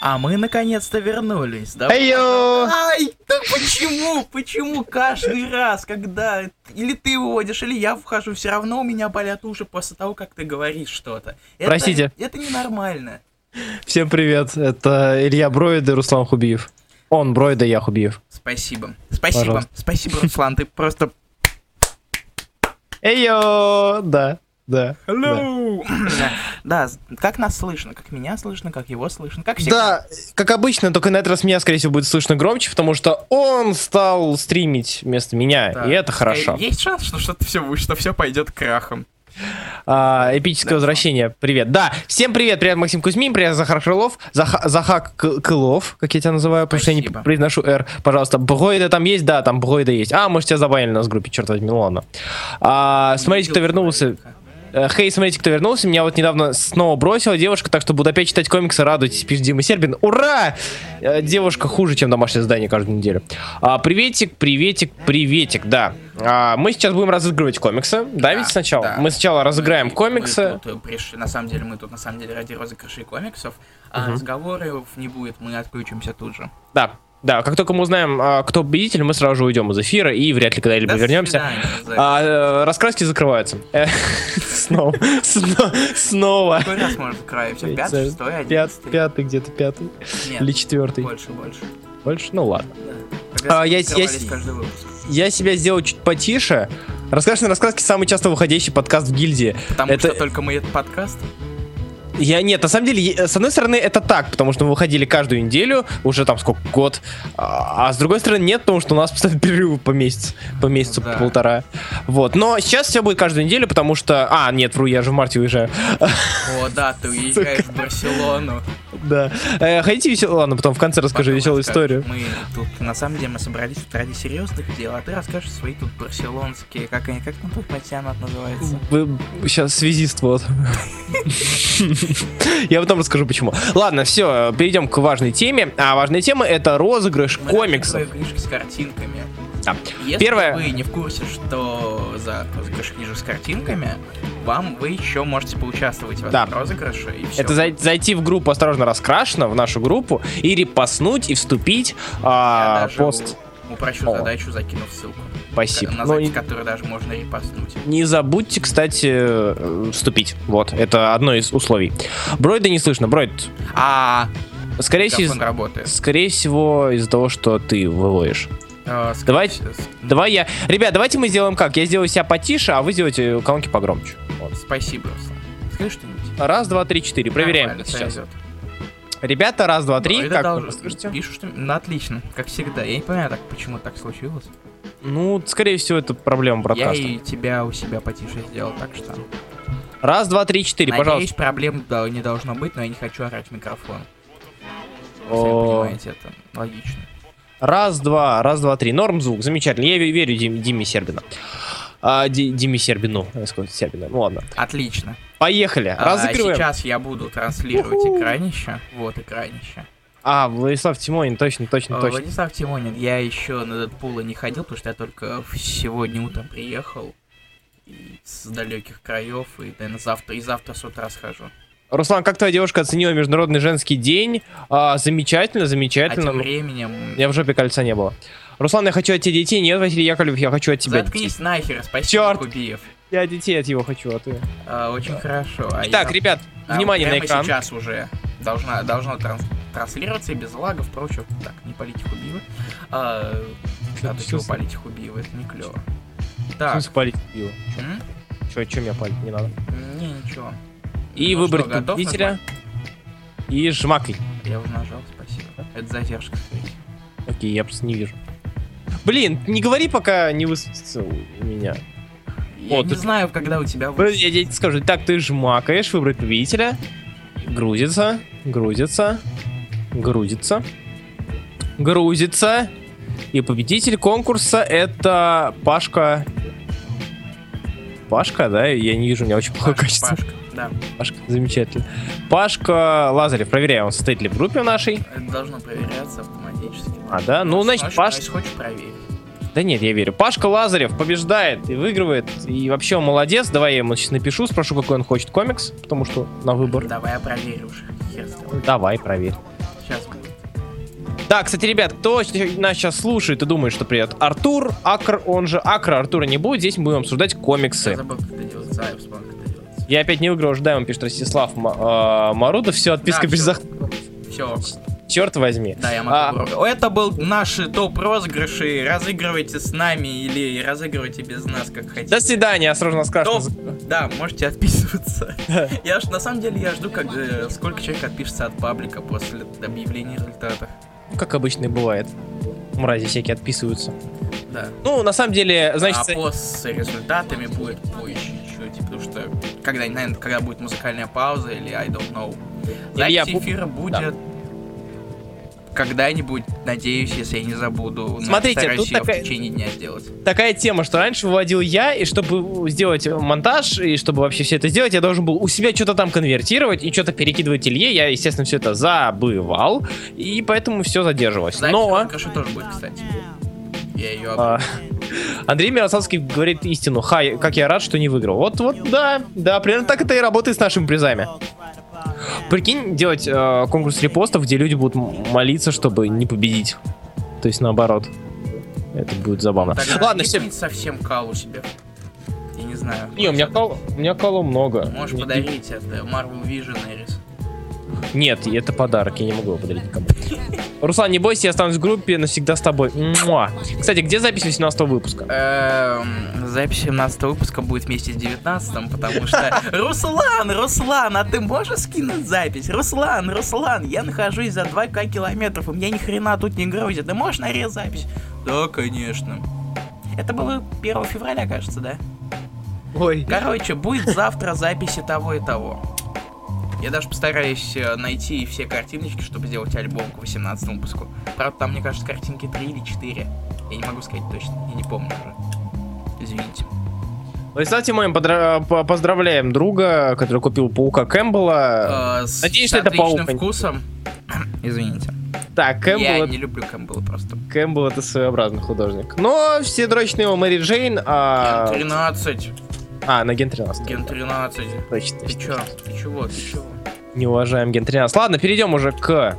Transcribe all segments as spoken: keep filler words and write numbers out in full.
А мы наконец-то вернулись. Да? Айо! Ай, да почему? Почему каждый раз, когда или ты уходишь, или я вхожу, все равно у меня болят уши после того, как ты говоришь что-то. Это, Простите. Это ненормально. Всем привет, это Илья Броид и Руслан Хубиев. Он Броид, и я Хубиев. Спасибо. Спасибо. Пожалуйста. Спасибо, Руслан, ты просто... Эйо! Да, да. Hello! Да. да, как нас слышно, как меня слышно, как его слышно, как всегда. Да, как обычно, только на этот раз меня, скорее всего, будет слышно громче, потому что он стал стримить вместо меня, Да. и это хорошо. Есть шанс, что что-то все, что все пойдет крахом. А, эпическое да, возвращение. Привет. Да, всем привет. Привет, Максим Кузьмин. Привет, Захар Крылов. Зах... Захак К- Крылов, как я тебя называю, потому что я не произношу R. Пожалуйста. Броида там есть? Да, там Броида есть. А, может, тебя забанили у нас в группе, черт возьми, ну ладно. А, смотрите, кто вернулся. Хей, смотрите, кто вернулся. Меня вот недавно снова бросила девушка, так что буду опять читать комиксы. Радуйтесь, пишет Дима Сербин. Ура! Девушка хуже, чем домашнее задание каждую неделю. А, приветик, приветик, приветик, да. А, мы сейчас будем разыгрывать комиксы. Да, да ведь сначала? Да. Мы сначала разыграем мы, комиксы. Мы тут пришли, на самом деле, мы тут на самом деле ради розыгрышей комиксов. А угу. разговоров не будет, мы отключимся тут же. Да. Да, как только мы узнаем, кто победитель, мы сразу же уйдем из эфира и вряд ли когда-либо До вернемся. Свидания, а, раскраски закрываются. Снова. Снова. Какой раз можно закрывать? Все, пятый, шестой, одиннадцатый? Пятый, где-то пятый. Или четвертый. Больше, больше. Больше? Ну ладно. Я себя сделал чуть потише. Раскрашенные раскраски — самый часто выходящий подкаст в гильдии. Потому что только мы этот подкаст? Я нет, на самом деле, с одной стороны, это так, потому что мы выходили каждую неделю, уже там сколько, год, а, а с другой стороны нет, потому что у нас постоянно перерывы по месяцу, по месяцу, да. полтора. Вот, но сейчас все будет каждую неделю, потому что... А, нет, вру, я же в марте уезжаю. О, да, ты уезжаешь в Барселону. Да. Э, хотите веселую? Ладно, потом в конце расскажу потом веселую расскажешь. историю. Мы тут, на самом деле, мы собрались тут ради серьезных дел, а ты расскажешь свои тут барселонские, как они, как там тут пансионат называется? Вы сейчас связист, вот. Я потом расскажу, почему. Ладно, все, перейдем к важной теме. А важная тема — это розыгрыш Мы комиксов. Книжки с картинками. Да. Если Первое... вы не в курсе, что за розыгрыш книжек с картинками, вам вы еще можете поучаствовать в этом да. розыгрыше. И все. Это зай- зайти в группу «Осторожно, раскрашено», в нашу группу, и репостнуть, и вступить а, Я даже пост. Упрощу О. задачу, закинув ссылку. Спасибо. На сайте, который даже можно репостнуть. Не забудьте, кстати, вступить. Вот, это одно из условий. Бройда не слышно. Бройд. А. Скорее всего, скорее всего, из-за того, что ты выводишь. А, давай, давай я. Ребят, давайте мы сделаем как? Я сделаю себя потише, а вы сделаете колонки погромче. Вот. Спасибо, Руслан. Скажи что-нибудь. Раз, два, три, четыре. Проверяем Нормально, сейчас. сойдет. Ребята, раз, два, три. Как вы слышите? Пишут, что... Ну, отлично, как всегда. Я не понимаю, так, почему так случилось. Ну, скорее всего, это проблема бродкаста. Я и тебя у себя потише сделал, так что... Раз, два, три, четыре, Надеюсь, пожалуйста. проблем да, не должно быть, но я не хочу орать в микрофон. О... Вы понимаете, это логично. Раз, два, раз, два, три. Норм звук, замечательно. Я верю Дим, Диме Сербину. А, Ди, Диме Сербину. Я сказал Сербину. Ну ладно. Отлично. Поехали. Разыгрываем. А сейчас я буду транслировать У-ху. экранище. Вот экранище. А, Владислав Тимонин, точно, точно, точно. Владислав Тимонин, я еще на Дэдпула не ходил, потому что я только сегодня утром приехал и с далеких краев, и, наверное, завтра, и завтра с утра схожу. Руслан, как твоя девушка оценила Международный женский день? А, замечательно, замечательно. А тем временем... Я в жопе кольца не было. Руслан, я хочу от тебя детей. Нет, Василий Яковлев, я хочу от тебя Заткнись детей. нахер, спасибо, Черт! Кубиев. Я детей от его хочу, а ты... А, очень хорошо. А Итак, я... ребят, а, внимание прямо на экран. сейчас уже должна, должно транс транслироваться и без лагов, прочего. Так, не полите Хубиева. А, а то чего полите Хубиева, это не клево. Так. Что палить Хубиева? Че, че меня палить? Не надо. Не, ничего. И ну, выбрать что, победителя. И жмакай. Я уже нажал, спасибо. Это задержка, скорее. Окей, я просто не вижу. Блин, не говори, пока не высветится у меня. Я О, не ты... знаю, когда у тебя высветится. Я тебе скажу. Так, ты жмакаешь, выбрать победителя. Грузится, грузится, грузится, грузится. И победитель конкурса это Пашка. Пашка, да? Я не вижу, у меня очень плохое качество. Пашка, да. Пашка, замечательно. Пашка Лазарев, проверяем, он состоит ли в группе нашей. Это должно проверяться автоматически. А, да? Ну, значит, Хочешь, Паш... хочешь проверить? Да нет, я верю. Пашка Лазарев побеждает и выигрывает. И вообще он молодец. Давай я ему сейчас напишу, спрошу, какой он хочет комикс, потому что на выбор. Давай я проверю уже. Давай, проверь. Сейчас Да, кстати, ребят, кто нас сейчас слушает и думает, что привет, Артур, Акр, он же Акр, Артура не будет, здесь мы будем обсуждать комиксы. Я забыл, как это делается, а, я вспомнил, как это делается. Я опять не выиграл, ждаем, пишет Ростислав Марудов, все, отписка да, без за... Все. Черт возьми. Да, я могу. А... Это был наши топ-розыгрыши. Разыгрывайте с нами или разыгрывайте без нас, как хотите. До свидания, осторожно, скажем. Топ... Да, можете отписываться. Я ж на самом деле я жду, как сколько человек отпишется от паблика после объявления результатов. Как обычно и бывает. Мрази всякие отписываются. Да. Ну, на самом деле, значит... А пост с результатами будет позже чуть-чуть, потому что когда, наверное, когда будет музыкальная пауза или I don't know. Запись эфира будет... Да. Когда-нибудь, надеюсь, если я не забуду. Смотрите, тут такая, в течение дня сделать. Такая тема, что раньше выводил я, и чтобы сделать монтаж, и чтобы вообще все это сделать, я должен был у себя что-то там конвертировать и что-то перекидывать Илье. Я, естественно, все это забывал, и поэтому все задерживалось. Запись Но... тоже будет, кстати. Я ее а, Андрей Мирославский говорит истину. Хай, как я рад, что не выиграл. Вот, вот, да, да, примерно так это и работает с нашими призами. Прикинь, делать э, конкурс репостов, где люди будут молиться, чтобы не победить. То есть наоборот. Это будет забавно. Тогда ладно, все. Совсем кал у себя. Я не знаю. Не, у меня кал, у меня калу много. Можешь не, подарить не... это Marvel Visionaries. Нет, это подарок, я не могу его подарить никому. Руслан, не бойся, я останусь в группе навсегда с тобой. Муа. Кстати, где запись восемнадцатого выпуска? Эм, запись семнадцатого выпуска будет вместе с девятнадцатым, потому что... Руслан, Руслан, а ты можешь скинуть запись? Руслан, Руслан, я нахожусь за два километров, у меня ни хрена тут не грузит. Ты можешь нарезать запись? Да, конечно. Это было первого февраля, кажется, да? Ой. Короче, будет завтра записи того и того. Я даже постараюсь найти все картиночки, чтобы сделать альбом к восемнадцатому выпуску. Правда, там, мне кажется, картинки три или четыре. Я не могу сказать точно, я не помню уже. Извините. Представьте, мы подра- поздравляем друга, который купил паука Кэмпбелла. Э, с Надеюсь, с это отличным паук. Вкусом. Извините. Так, Кэмпбелл... Я это... не люблю Кэмпбелла просто. Кэмпбелл это своеобразный художник. Но все дрочные его Мэри Джейн, а... Ген тринадцать. А, на Ген тринадцать. Ген тринадцать. Точно. Ты чё? Ты чего? Ты чего? Не уважаем Ген тринадцать. Ладно, перейдем уже к...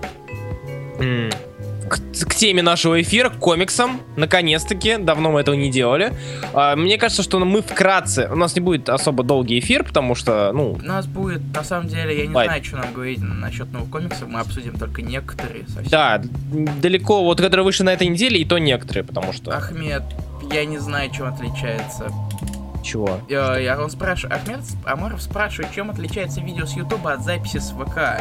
К, к теме нашего эфира, к комиксам. Наконец-таки, давно мы этого не делали. а, Мне кажется, что мы вкратце. У нас не будет особо долгий эфир, потому что, ну... У нас будет, на самом деле, я не Лайт. знаю, что нам говорить насчет новых комиксов. Мы обсудим только некоторые совсем. Да, далеко, вот которые вышли на этой неделе, и то некоторые, потому что... Ахмед, я не знаю, чем отличается. Чего? Я, я он спрашиваю, Ахмед Амаров спрашивает, чем отличается видео с Ютуба от записи с ВК.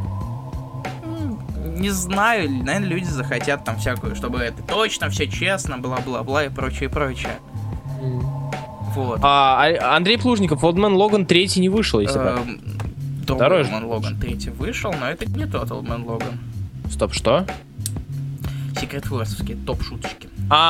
Не знаю, наверное, люди захотят там всякую, чтобы это точно, все честно, бла-бла-бла и прочее, прочее. Mm. Вот. А, Андрей Плужников, Old Man Logan третий не вышел, если бы. Другой Old Man Logan третий вышел, но это не тот Old Man Logan. Стоп, что? Секрет Форсовские, топ-шуточки.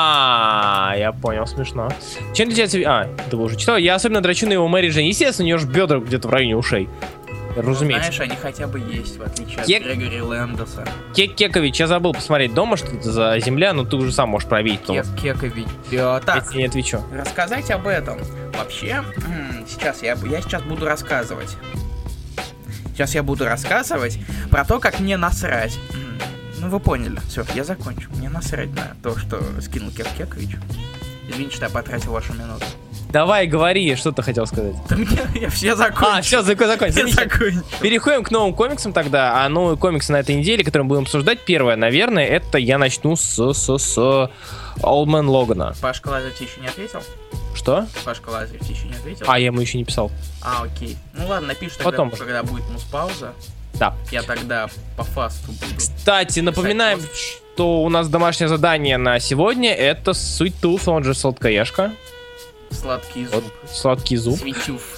А, я понял, смешно. Чем отличается... А, ты уже читал? Я особенно дрочу на его Мэри Джейн. Естественно, у нее же бедра где-то в районе ушей. Разумеется. Знаешь, они хотя бы есть, в отличие Кек... от Грегори Лэндоса. Кек Кекович, я забыл посмотреть дома, что это за земля, но ты уже сам можешь проверить. Кек Кекович. Я, так, я не отвечу. Рассказать об этом. Вообще, сейчас я, я сейчас буду рассказывать. Сейчас я буду рассказывать про то, как мне насрать. Ну, вы поняли. Все, я закончу. Мне насрать на то, что скинул Кек Кекович. Извините, что я потратил вашу минуту. Давай, говори, что ты хотел сказать. Да мне, я все закончил. А, все, закон, закончил. закончил. Переходим к новым комиксам тогда. А новые комиксы на этой неделе, которые мы будем обсуждать, первое, наверное, это я начну с, с, с Old Man Logan. Пашка Лазарев еще не ответил? Что? Пашка Лазарев еще не ответил? А, я ему еще не писал. А, окей. Ну ладно, напиши тогда, Потом. когда будет мус-пауза. Да. Я тогда по фасту буду. Кстати, напоминаем, что у нас домашнее задание на сегодня. Это Sweet Tooth, он же сладкоежка. Сладкий зуб. Вот, сладкий зуб. Светюф.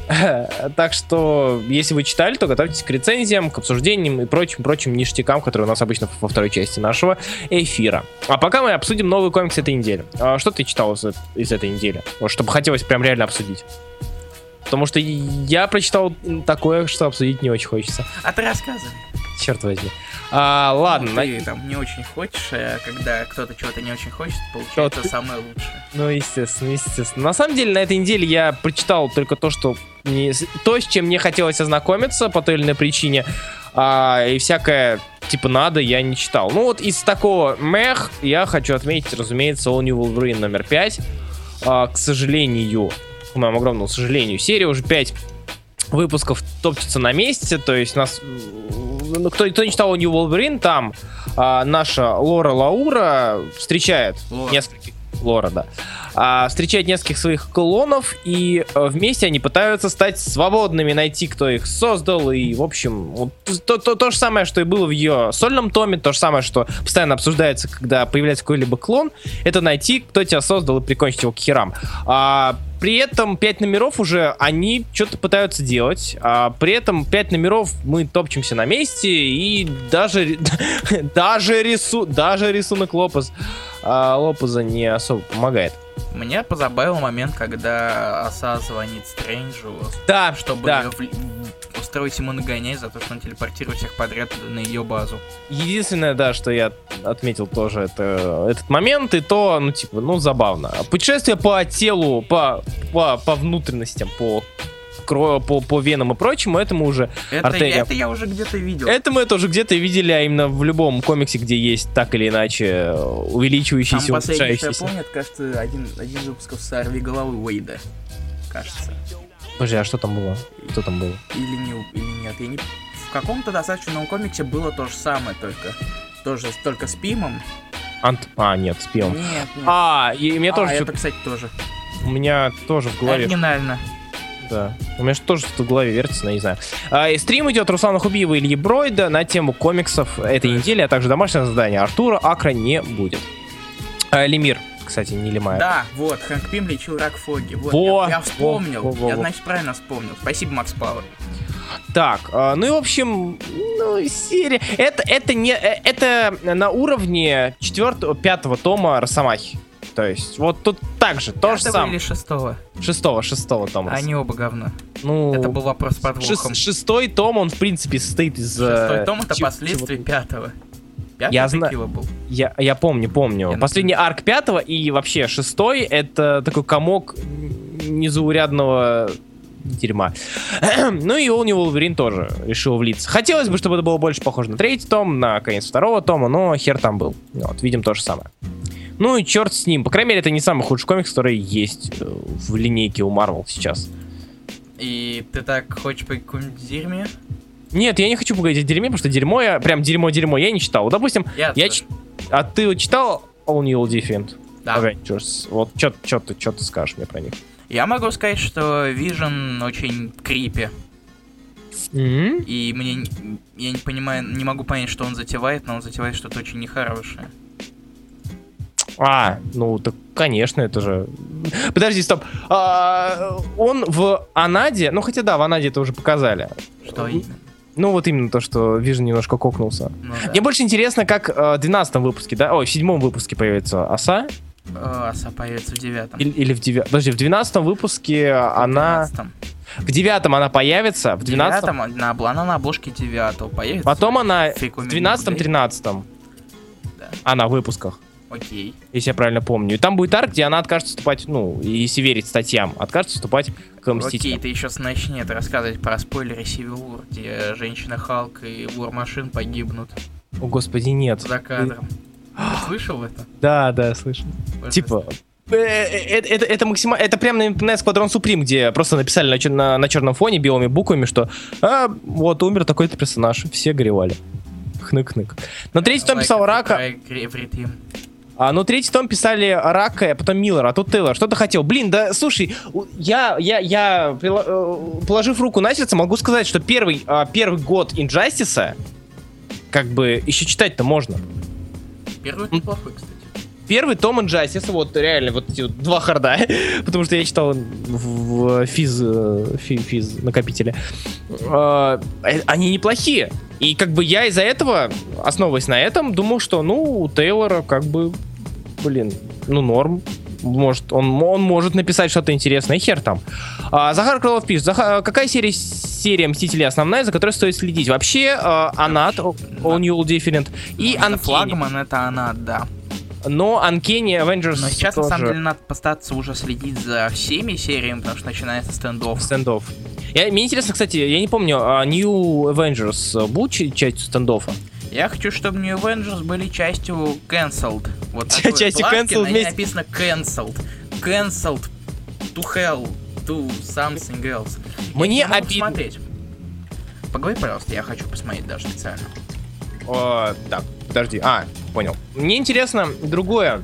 Так что, если вы читали, то готовьтесь к рецензиям, к обсуждениям и прочим-прочим ништякам, которые у нас обычно во второй части нашего эфира. А пока мы обсудим новый комикс этой недели. А что ты читал из, из этой недели? Вот, чтобы хотелось прям реально обсудить. Потому что я прочитал такое, что обсудить не очень хочется. А ты рассказывай. Черт возьми. А, ладно. Ну, ты на... там не очень хочешь, а когда кто-то чего-то не очень хочет, получается ты... самое лучшее. Ну, естественно, естественно. На самом деле, на этой неделе я прочитал только то, что мне... то, с чем мне хотелось ознакомиться по той или иной причине. А, и всякое, типа надо, я не читал. Ну вот из такого мех я хочу отметить, разумеется, All New Wolverine номер пять. А, к сожалению, к моему огромному сожалению, серия уже пять выпусков топчется на месте, то есть нас... Ну, кто, кто не читал All New Wolverine, там а, наша Лора Лаура встречает Лора. нескольких... Лора, да. А, встречает нескольких своих клонов, и а, вместе они пытаются стать свободными, найти, кто их создал, и, в общем, вот, то, то, то же самое, что и было в ее сольном томе, то же самое, что постоянно обсуждается, когда появляется какой-либо клон, это найти, кто тебя создал, и прикончить его к херам. А, при этом пять номеров уже они что-то пытаются делать, а при этом пять номеров мы топчемся на месте, и даже, даже, рису, даже рисунок Лопес, а, Лопеза не особо помогает. Меня позабавил момент, когда Оса звонит Стрэнджу, да, чтобы да. В... устроить ему нагоняй за то, что он телепортирует всех подряд на ее базу. Единственное, да, что я отметил тоже, это этот момент, и то, ну, типа, ну, забавно. Путешествие по телу, по, по, по внутренностям, по... По, по венам и прочему, это мы уже... Это, артерия... это я уже где-то видел. Это мы тоже где-то видели, а именно в любом комиксе, где есть так или иначе увеличивающийся, там последний, что я улучшающийся. помню, это, кажется, один, один из выпусков «Сорви головы» Уэйда. Кажется. Подожди, а что там было? Что там было? Или, не, или нет, я не... В каком-то достаточно новом комиксе было то же самое, только... Тоже, только с Пимом. Ант... А, нет, с Пимом. Нет, нет. А, и мне а, тоже... это, кстати, тоже. У меня тоже в голове... Оригинально. Да. У меня же тоже что-то в голове вертится, но не знаю. А, и стрим идет Руслана Хубиева и Ильи Бройда на тему комиксов этой недели, а также домашнее задание Артура Акра не будет. А, Лемир, кстати, не Лемаев. Да, вот, Хэнк Пим лечил рак Фоги. Вот, во, я, я вспомнил. во, во, во, я, во. значит, правильно вспомнил. Спасибо, Макс Пауэр. Так, а, ну и в общем, ну, серия... Это, это, не, это на уровне четвертого, пятого тома Росомахи. То есть, вот тут так же, то же самое. или шестого? Шестого, шестого тома. Они оба говно. Ну, это был вопрос с подвохом. Шест, шестой том, он, в принципе, состоит из... Шестой том — это чего- последствия чего- пятого. Пятый Я знаю. текила был. Я, я помню, помню. Я Последний арк пятого и вообще шестой — это такой комок незаурядного дерьма. Ну и All New Wolverine тоже решил влиться. Хотелось бы, чтобы это было больше похоже на третий том, на конец второго тома, но хер там был. Вот, видим то же самое. Ну и черт с ним. По крайней мере, это не самый худший комикс, который есть в линейке у Marvel сейчас. И ты так хочешь по какому-нибудь дерьме? Нет, я не хочу поговорить о дерьме, потому что дерьмо я... Прям дерьмо-дерьмо я не читал. Вот, допустим, Я я... тоже. ч- А ты вот читал All New Different Да. Avengers? Вот что ты, чё ты скажешь мне про них? Я могу сказать, что Vision очень крипи. М? И мне... н- Я не понимаю, не могу понять, что он затевает, но он затевает что-то очень нехорошее. А, ну так, конечно, это же... Подожди, стоп. А, он в Анаде... Ну, хотя да, в Анаде это уже показали. Что именно? Ну, вот именно то, что Vision немножко кокнулся. Ну, да. Мне больше интересно, как э, в двенадцатом выпуске, да? Ой, в седьмом выпуске появится Оса. О, Оса появится в девятом. Или, или в девятом... Подожди, в двенадцатом выпуске она... В девятом она появится, в В двенадцатом... девятом на, обла- она на обложке девятого появится. Потом она Фейк у в меня двенадцатом-тринадцатом. Да. Она в выпусках, Окей. если я правильно помню. И там будет арк, где она откажется вступать, ну, если верить статьям, откажется вступать к Окей, Мстителям. ты еще начни это рассказывать про спойлеры Civil War, где женщина Халк и War Machine погибнут О, господи, нет. за кадром. Ты слышал это? Да, да, слышно. Типа... э, э, Это, это, это максимально, это прям напоминает Squadron Supreme, где просто написали на, чер- на, на черном фоне белыми буквами, что а, вот умер такой-то персонаж, все горевали. Хнык-хнык. На третий том писал Рака, а ну третий том писали Рака, а потом Миллер, а тут Тейлор. Что ты хотел? Блин, да слушай, у- я, я, я прила- э, положив руку на сердце, могу сказать, что первый, а, первый год Инжастиса, как бы еще читать-то можно. Первый неплохой, кстати. Первый том Injustice, вот реально, вот эти вот два харда, потому что я читал в, в физ, э, фи- физ накопителе. Э, э, они неплохие. И как бы я из-за этого, основываясь на этом, думал, что ну, у Тейлора как бы, блин, ну норм. Может, он, он может написать что-то интересное, хер там. А, Захар Крылов пишет, Захар, какая серия, серия Мстителей основная, за которой стоит следить? Вообще, э, Анат, All New Different и Ну, это Uncanny. флагман, это она, да. Но Uncanny Avengers Но сейчас, тоже... на самом деле, надо постараться уже следить за всеми сериями, потому что начинается стендов. Стендов. Я, мне интересно, кстати, я не помню, а New Avengers будет ч- частью стендофа? Я хочу, чтобы New Avengers были частью cancelled. Вот частью cancelled вместе. Написано cancelled. Cancelled to hell, to something else. Мне обидно. Поговори, пожалуйста, я хочу посмотреть даже специально. О, так, подожди. А, понял. Мне интересно другое.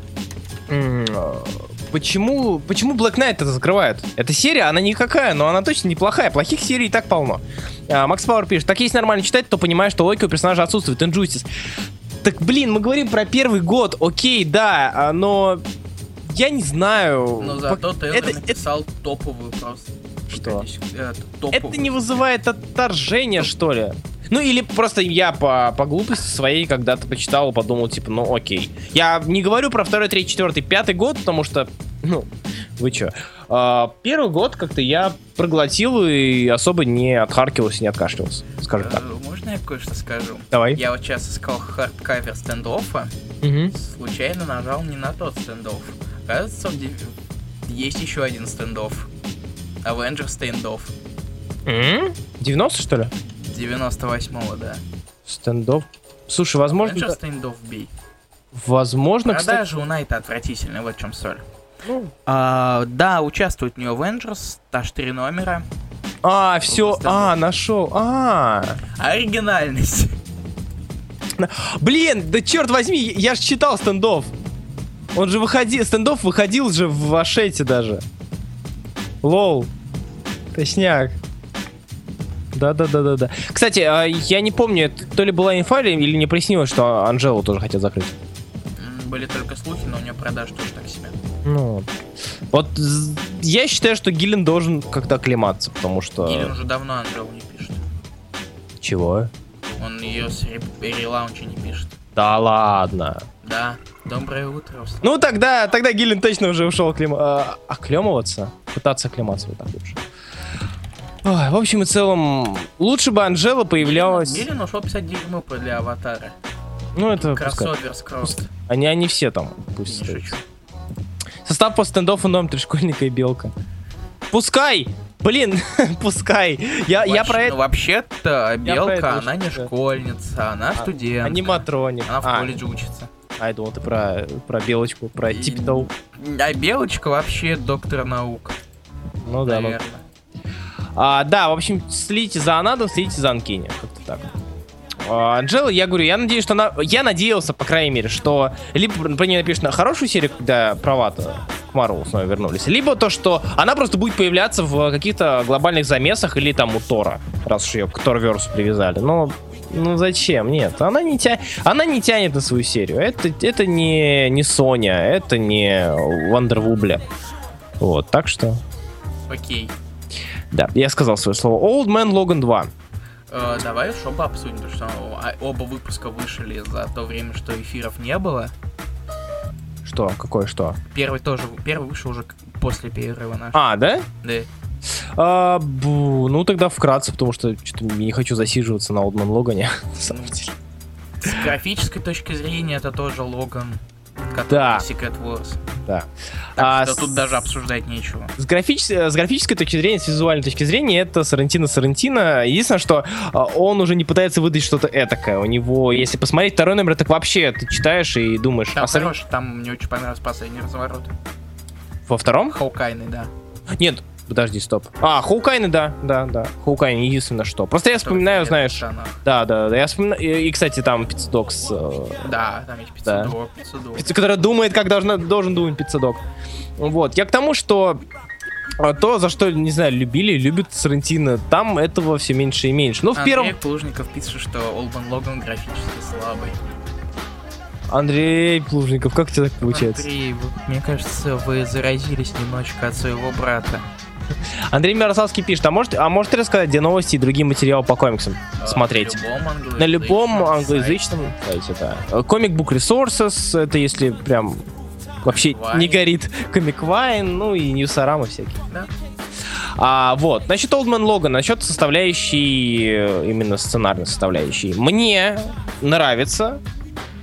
Почему, почему Black Knight это закрывают? Эта серия, она никакая, но она точно неплохая. Плохих серий и так полно. А, Макс Пауэр пишет: так если нормально читать, то понимаешь, что логика у персонажа отсутствует. Injustice. Так, блин, мы говорим про первый год, окей, да, но я не знаю. Но зато ты это, написал это... топовую просто. Что? Это, топовую. Это не вызывает отторжения, что ли? Ну или просто я по, по глупости своей когда-то почитал, подумал, типа, ну окей. Я не говорю про второй, третий, четвертый, пятый год, потому что, ну, вы чё. А, первый год как-то я проглотил и особо не отхаркивался, не откашлялся, скажем так. Можно я кое-что скажу? Давай. Я вот сейчас искал хардкавер стендоффа, угу. Случайно нажал не на тот стендофф. Кажется, есть еще один стендофф. Avengers стендофф. Mm-hmm. девяносто, что ли? девяносто восьмого, да. Стендофф. Слушай, возможно... Avengers стендофф бей. Возможно, продажи кстати... у Найта отвратительные, вот в чем соль. Mm. А, да, участвует New Avengers, аж три номера. А, все, а, нашел, а. Оригинальность. Блин, да черт возьми, я же читал стендофф. Он же выходил, стендофф выходил же в Ашете даже. Лол. Точняк. Да-да-да-да-да. Кстати, я не помню, то ли была инфа, или не приснилось, что Анжелу тоже хотят закрыть. Были только слухи, но у нее продажи тоже так себе. Ну, вот я считаю, что Гиллен должен как-то оклематься, потому что... Гиллен уже давно Анжелу не пишет. Чего? Он ее с релаунча не пишет. Да ладно. Да. Доброе утро. Ну тогда, тогда Гиллен точно уже ушел оклем... а, оклемываться. Пытаться оклематься вот так лучше. Ой, в общем и целом, лучше бы Анжела появлялась... Гиллен ушел писать дерьмо для Аватара. Ну это... Кроссовер с кросс. Они, они все там. Пусть состав по стендоффу номер три школьника и белка. Пускай! Блин, пускай. Я, Вообще, я про это... Ну, вообще-то белка, она не школьница, она студент. Аниматроник. Она в а. колледже учится. А, я думал, ты про, про белочку, про Типитоу. А белочка вообще доктор наук. Ну да, наверное. Ну... А, да, в общем, следите за Анадом, следите за Анкини. Как-то так. А, Анжела, я говорю, я надеюсь, что она... Я надеялся, по крайней мере, что либо про нее напишут на хорошую серию, когда права-то к Марвелу снова вернулись, либо то, что она просто будет появляться в каких-то глобальных замесах или там у Тора, раз уж ее к Торверсу привязали. Но... Ну зачем? Нет, она не, тя... она не тянет на свою серию. Это, это не, не Соня, это не Вандервубля. Вот, так что... Окей. Да, я сказал свое слово. Old Man Logan два. Э, давай оба обсудим, потому что оба выпуска вышли за то время, что эфиров не было. Что? Какое что? Первый тоже, первый вышел уже после перерыва нашего. А, да? Да. А, бу, ну тогда вкратце, потому что что-то не хочу засиживаться на Old Man Логане. На самом деле. С графической точки зрения это тоже Логан, который да. Secret Wars. Да. Так а что с... тут даже обсуждать нечего. С, графич... с графической точки зрения, с визуальной точки зрения, это Сарантино Сарантино. Единственное, что он уже не пытается выдать что-то этакое. У него, если посмотреть второй номер, так вообще ты читаешь и думаешь... Там а хороший, сар... там мне очень понравился последний разворот. Во втором? Хоукайный, да. Нет, подожди, стоп. А, Хоукайны, да, да, да. Хоукайны, единственное что. Просто я вспоминаю, знаешь... Да, да, да, я вспоминаю... И, и кстати, там Пиццедок с... Да, там есть Пиццедок, да. Пиццедок. Пицца, который думает, как должен, должен думать Пиццедок. Вот, я к тому, что... То, за что, не знаю, любили, любят Сарантино, там этого все меньше и меньше. Ну, в Андрей первом... Плужников пишет, что Old Man Logan графически слабый. Андрей Плужников, как тебе так получается? Андрей, вы, мне кажется, вы заразились немножечко от своего брата. Андрей Мирославский пишет, а может, а можете рассказать, где новости и другие материалы по комиксам а, смотреть? На любом англоязычном сайте, да. Comic Book Resources, это если прям вообще Wine. Не горит. Comic Wine, ну и Ньюсарама всякие. Да. А, вот, насчет Old Man Logan, насчет составляющей, именно сценарной составляющей. Мне нравится.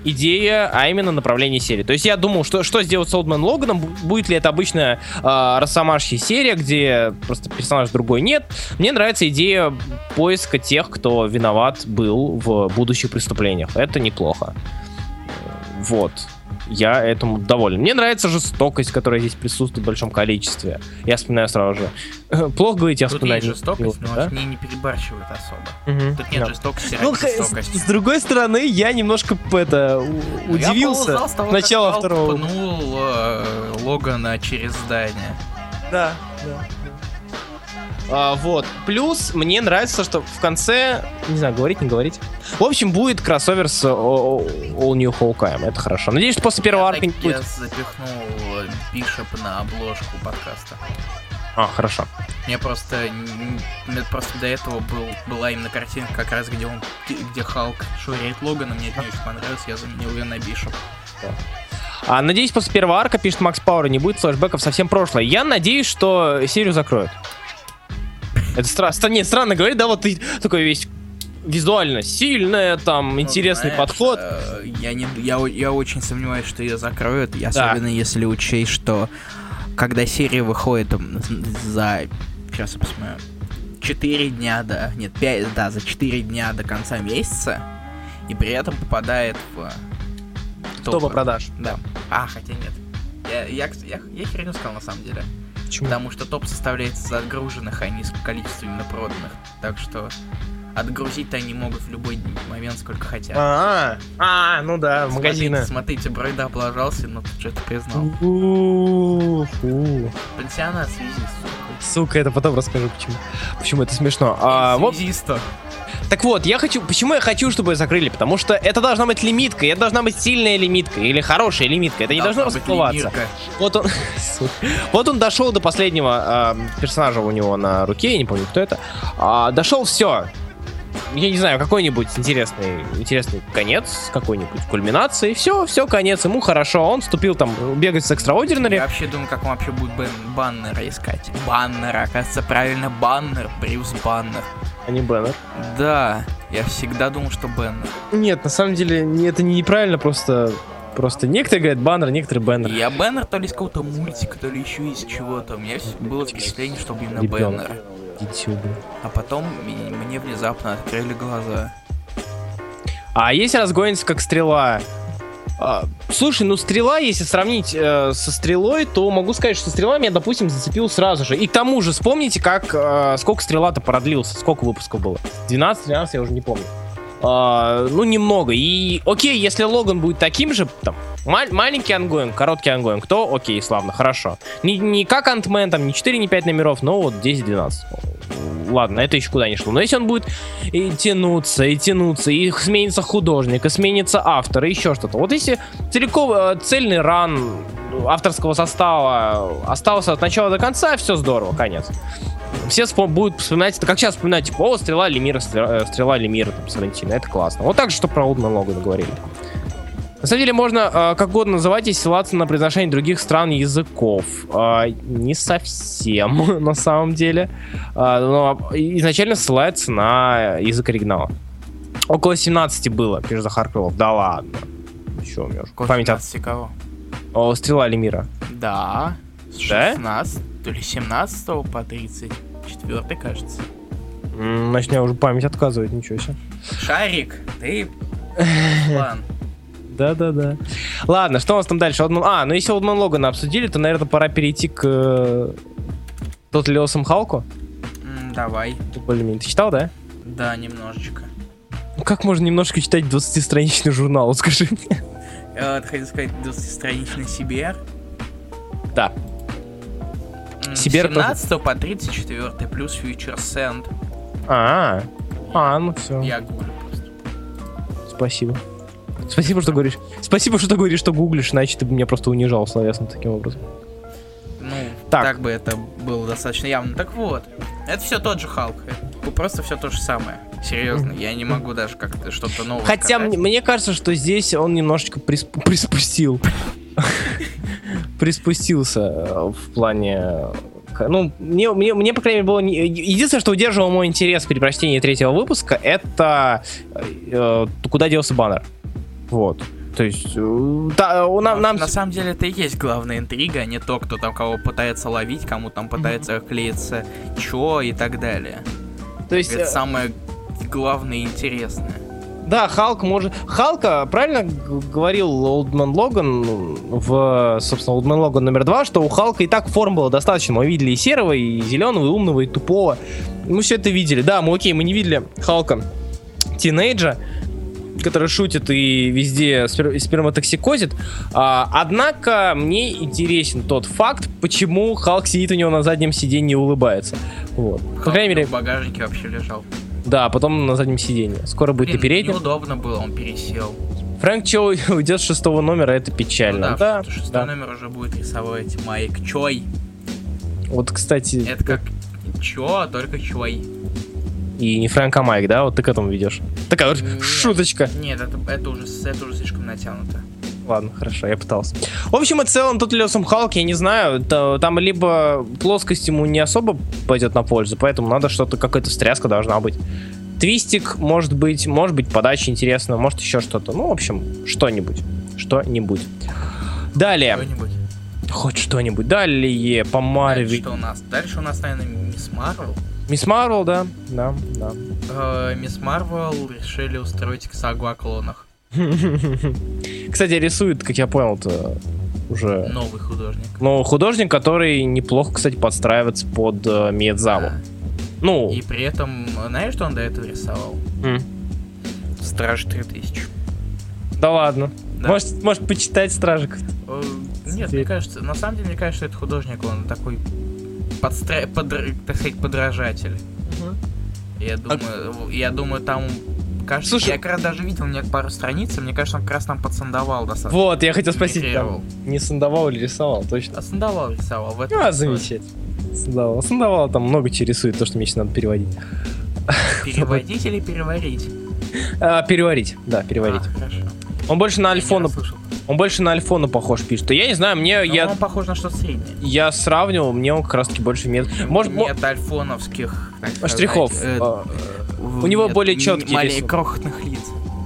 идея, а именно направление серии. То есть я думал, что, что сделать с Олдмен Логаном, будет ли это обычная э, росомашья серия, где просто персонаж другой нет. Мне нравится идея поиска тех, кто виноват был в будущих преступлениях. Это неплохо. Вот. Я этому доволен. Мне нравится жестокость, которая здесь присутствует в большом количестве. Я вспоминаю сразу же. Плохо говорить, я Тут вспоминаю. Тут есть жестокость, но да? не, не перебарщивают особо. Угу. Тут нет да. жестокости, ну, жестокости. С, с другой стороны, я немножко это, у, удивился я того, начала как второго. пнул э, Логана через здание. Да, да. А, вот. Плюс мне нравится, что в конце, не знаю, говорить, не говорить. В общем, будет кроссовер с All New Hawkeye. Это хорошо. Надеюсь, что после первого арка не будет. Я запихнул Бишоп на обложку подкаста. А, хорошо. Мне просто, мне просто до этого был, была именно картинка, как раз где он, где Халк швыряет Логана. Мне это не очень понравилось, я заменил ее на Бишоп. Да. А, надеюсь, после первого арка, пишет Макс Пауэр, не будет флешбеков совсем прошлое. Я надеюсь, что серию закроют. Это странно. Нет, странно говорить, да, вот ты такой весь визуально сильная, там, ну, интересный знаешь, подход. Э, я, не, я, я очень сомневаюсь, что ее закроют, и особенно да. если учесть, что когда серия выходит там, за, сейчас я посмотрю, четыре дня до, нет, пять, да, за четыре дня до конца месяца, и при этом попадает в топы, топы продаж. Да. А, хотя нет. Я, я, я, я херню сказал на самом деле. Почему? Потому что топ составляется из отгруженных, а не из количества именно проданных. Так что отгрузить-то они могут в любой момент, сколько хотят. А, а, ну да, в магазины. Смотрите, Бройда облажался, но тут что-то признал. Пансионат связист, сука. Сука, это потом расскажу, почему. Почему это смешно. А, связиста. Так вот, я хочу, почему я хочу, чтобы ее закрыли? Потому что это должна быть лимитка, это должна быть сильная лимитка или хорошая лимитка, это не должно расплываться. Вот он, вот он дошел до последнего э, персонажа у него на руке, я не помню, кто это. А, дошел, все. Я не знаю, какой-нибудь интересный, интересный конец, какой-нибудь кульминации. Все, все, конец, ему хорошо. Он вступил там бегать с Extraordinary. Я вообще думаю, как он вообще будет бан- баннера искать. Баннера, оказывается, правильно, баннер, Брюс Баннер. А не Бэннер? Да, я всегда думал, что Бэннер. Нет, на самом деле это неправильно, просто... Просто некоторые говорят баннер, некоторые Бэннер. Я Бэннер то ли из какого-то мультика, то ли еще из чего-то. У меня было впечатление, что именно Бэннер. А потом мне внезапно открыли глаза. А если разгонится как стрела? А, слушай, ну стрела, если сравнить э, со стрелой, то могу сказать, что стрела меня, допустим, зацепил сразу же. И к тому же, вспомните, как э, сколько стрела-то продлился, сколько выпусков было? двенадцать-тринадцать, я уже не помню. Uh, ну, немного. И окей, если Логан будет таким же, там, мал- маленький ангоинг, короткий ангоинг, то окей, славно, хорошо. Не, не как Ant-Man, там, не четыре, не пять номеров, но вот десять-двенадцать. Ладно, это еще куда не шло. Но если он будет и тянуться, и тянуться, и сменится художник, и сменится автор, и еще что-то. Вот если целиком э, цельный ран авторского состава остался от начала до конца, все здорово, конец. Все вспом- будут вспоминать, это как сейчас вспоминать, типа, о, стрела Лемира, стрела, стрела Лемира, там, Сарантино, это классно. Вот так же, что про Олдмена Логана говорили. На самом деле можно э, как угодно называть и ссылаться на произношение других стран языков. Э, не совсем, на самом деле. Э, но изначально ссылается на язык оригинала. Около семнадцати было, пишет Захар Крылов. Да ладно. Еще у меня уже память от... кого? О, стрела Лемира. Да. С шестнадцатого, то ли семнадцатого по тридцать четвёртый, кажется. Значит, меня уже память отказывает, ничего себе. Шарик, ты... План. Да-да-да. Ладно, что у нас там дальше? Олдман... А, ну если Олдман Логана обсудили, то, наверное, пора перейти к... Тот Леосом Халку? Mm, давай. Более-менее. Ты читал, да? Да, немножечко. Ну как можно немножко читать двадцатистраничный журнал, скажи мне? Я хотел сказать двадцатистраничный си би ар. Да. С семнадцатого по тридцать четвёртый, плюс Future Send. А, а, ну все. Я гуглю просто. Спасибо. Спасибо, что говоришь. Спасибо, что ты говоришь, что гуглишь, иначе ты бы меня просто унижал словесно таким образом. Ну, так. так бы это было достаточно явно. Так вот, это все тот же Халк. Это просто все то же самое. Серьезно, я не могу даже как-то что-то новое Хотя сказать. Мне, мне кажется, что здесь он немножечко присп- приспустил. Приспустился в плане... Ну, мне, мне, мне, по крайней мере, было... Не... Единственное, что удерживало мой интерес при прочтении третьего выпуска, это э, куда делся баннер. Вот. То То есть, э, та, у, нам, нам... На самом деле это и есть главная интрига, а не то, кто там кого пытается ловить, кому там пытается mm-hmm. клеиться, чё и так далее. То есть... Это самое главное и интересное. Да, Халк может... Халка, правильно говорил Олдман Логан в, собственно, Олдман Логан номер два, что у Халка и так форм было достаточно. Мы видели и серого, и зеленого, и умного, и тупого. Мы все это видели. Да, мы окей, мы не видели Халка тинейджа, который шутит и везде спер- сперматоксикозит. А, однако мне интересен тот факт, почему Халк сидит у него на заднем сиденье и улыбается. Вот. Халк По крайней мере... в багажнике вообще лежал. Да, потом на заднем сиденье. Скоро будет Блин, и переднем. неудобно было, он пересел. Фрэнк Чой уйдет с шестого номера, это печально. Ну, да, да, шестой да. номер уже будет рисовать Майк Чой. Вот, кстати... Это как Чо, только Чой. И не Фрэнк, а Майк, да? Вот ты к этому ведешь. Такая вот Нет, шуточка. Нет, это, это, уже, это уже слишком натянуто. Ладно, хорошо, я пытался. В общем и целом, тут Лесом Халк, я не знаю, то, там либо плоскость ему не особо пойдет на пользу, поэтому надо что-то, какая-то встряска должна быть. Твистик, может быть, может быть, подача интересная, может еще что-то. Ну, в общем, что-нибудь. Что-нибудь. Далее. Что-нибудь. Хоть что-нибудь. Далее по Марвел. Что у нас? Дальше у нас, наверное, Мисс Марвел. Мисс Марвел, да. Да, да. Э, Мисс Марвел решили устроить сагу о клонах. Кстати, рисует, как я понял-то, уже... Новый художник. Ну, художник, который неплохо, кстати, подстраивается под uh, Миядзаму. Да. Ну... И при этом, знаешь, что он до этого рисовал? Mm. Страж три тысячи. Да ладно. Да. Может, может почитать Стражиков? Э, нет, мне кажется, на самом деле, мне кажется, что этот художник, он такой подстра... подр... так сказать, подражатель. Uh-huh. Я думаю, а... я думаю, там... Кажется, Слушай, я как раз даже видел мне пару страниц, и мне кажется, он как раз там подсандовал достаточно. Вот, я хотел спросить, там, не сандовал или рисовал, точно? А сандовал рисовал. В этом а, замечательно. Сандовал. Сандовал там много чего рисует, то, что мне сейчас надо переводить. Переводить или переварить? А, переварить, да, переварить. А, хорошо. Он больше на Альфона... Он больше на Альфона похож пишет. Я не знаю, мне... Но я... он похож на что-то среднее. Я сравнивал, мне он как раз таки больше нет. Может, нет альфоновских штрихов. Сказать, э, а, э, у него нет, более четкие маленьких крохотных лиц.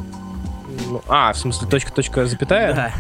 А, в смысле, точка, точка, запятая? Да.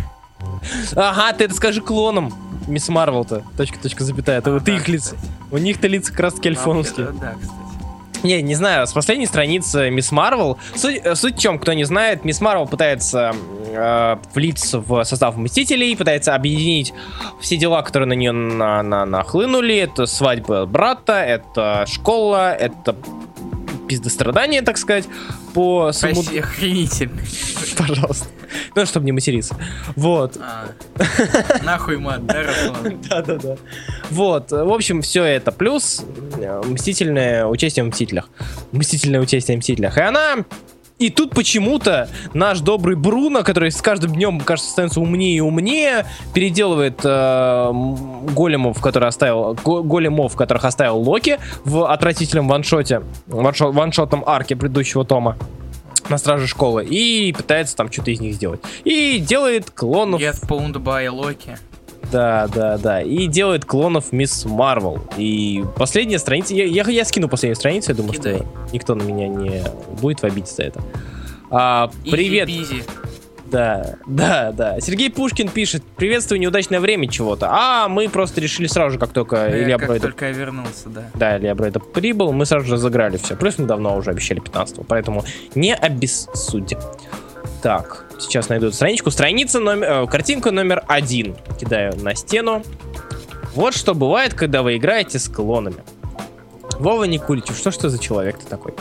Ага, ты это скажи клонам. Мисс Марвел-то. Точка, точка, запятая. Это а, вот да, их лица. У них-то лица как раз таки альфоновские. Да, да, кстати. Не, не знаю, с последней страницы Мисс Марвел. Суть, суть в чем, кто не знает, Мисс Марвел пытается э, влиться в состав Мстителей, пытается объединить все дела, которые на нее на, на, нахлынули. Это свадьба брата, это школа, это пиздострадание, так сказать, по своему... Спасибо, охренительно. Пожалуйста. Ну, чтобы не материться. Вот. А, нахуй мат, да, Руслан? Да-да-да. Вот. В общем, все это. Плюс мстительное участие в Мстителях. Мстительное участие в Мстителях. И она... И тут почему-то наш добрый Бруно, который с каждым днем, кажется, становится умнее и умнее, переделывает э, големов, которые оставил, го, големов, которых оставил Локи в отвратительном ваншоте, ваншот, ваншотном арке предыдущего тома на Страже Школы, и пытается там что-то из них сделать. И делает клонов... Get pwned by Loki. Да, да, да. И делает клонов Мисс Марвел. И последняя страница... Я, я, я скину последнюю страницу, я думаю, Кидай. Что никто на меня не будет в обиде за это. А, привет. Easy, да, да, да. Сергей Пушкин пишет: приветствую, неудачное время чего-то. А, мы просто решили сразу же, как только я Илья как Бройда... только я вернулся, да. Да, Илья Бройда прибыл, мы сразу же разыграли все. Плюс мы давно уже обещали пятнадцатого, поэтому не обессудьте. Так, сейчас найду страничку. Страница номер... Э, картинка номер один. Кидаю на стену. Вот что бывает, когда вы играете с клонами. Вова Никуличев, что ж ты за человек ты такой?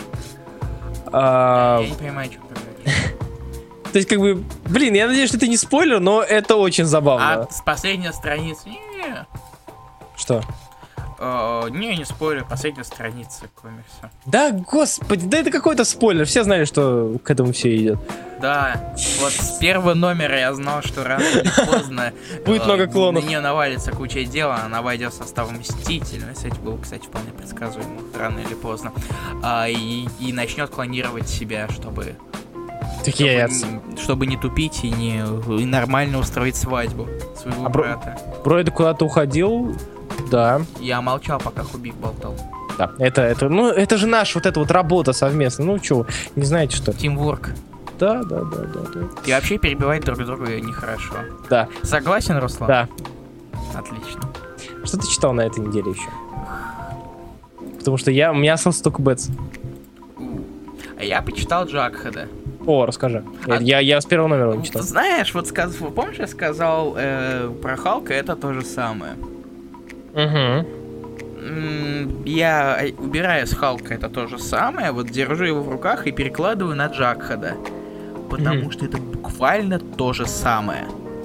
А... Я не понимаю, что ты говоришь. То есть, как бы, блин, я надеюсь, что это не спойлер, но это очень забавно. А с последней страницы... Не-не-не. Что? Uh, не, не спойлер, последняя страница комикса. Да, господи, да это какой-то спойлер. Все знали, что к этому все идет. Да, вот с первого номера я знал, что рано или поздно будет много клонов. На нее навалится куча дел, она войдет в состав Мстителей. Кстати, было, кстати, вполне предсказуемо, рано или поздно. И, и начнет клонировать себя, чтобы... Такие чтобы, чтобы не тупить и, не, и нормально устроить свадьбу своего а брата. Бройда куда-то уходил. Да. Я молчал, пока Хубик болтал. Да, это, это, ну, это же наша вот эта вот работа совместная. Ну, чё, не знаете, что? Тимворк. Да, да, да, да, да. И вообще перебивать друг друга нехорошо. Да. Согласен, Руслан? Да. Отлично. Что ты читал на этой неделе еще? Потому что я, у меня остался только Бэтс. А я почитал Джакхеда. О, расскажи. А... Я, я с первого номера не читал. Знаешь, вот сказ... помнишь, я сказал э, про Халка, это то же самое. Угу. Я убираю с Халка это то же самое, вот держу его в руках и перекладываю на Джакхеда. Потому mm-hmm. что это буквально то же самое.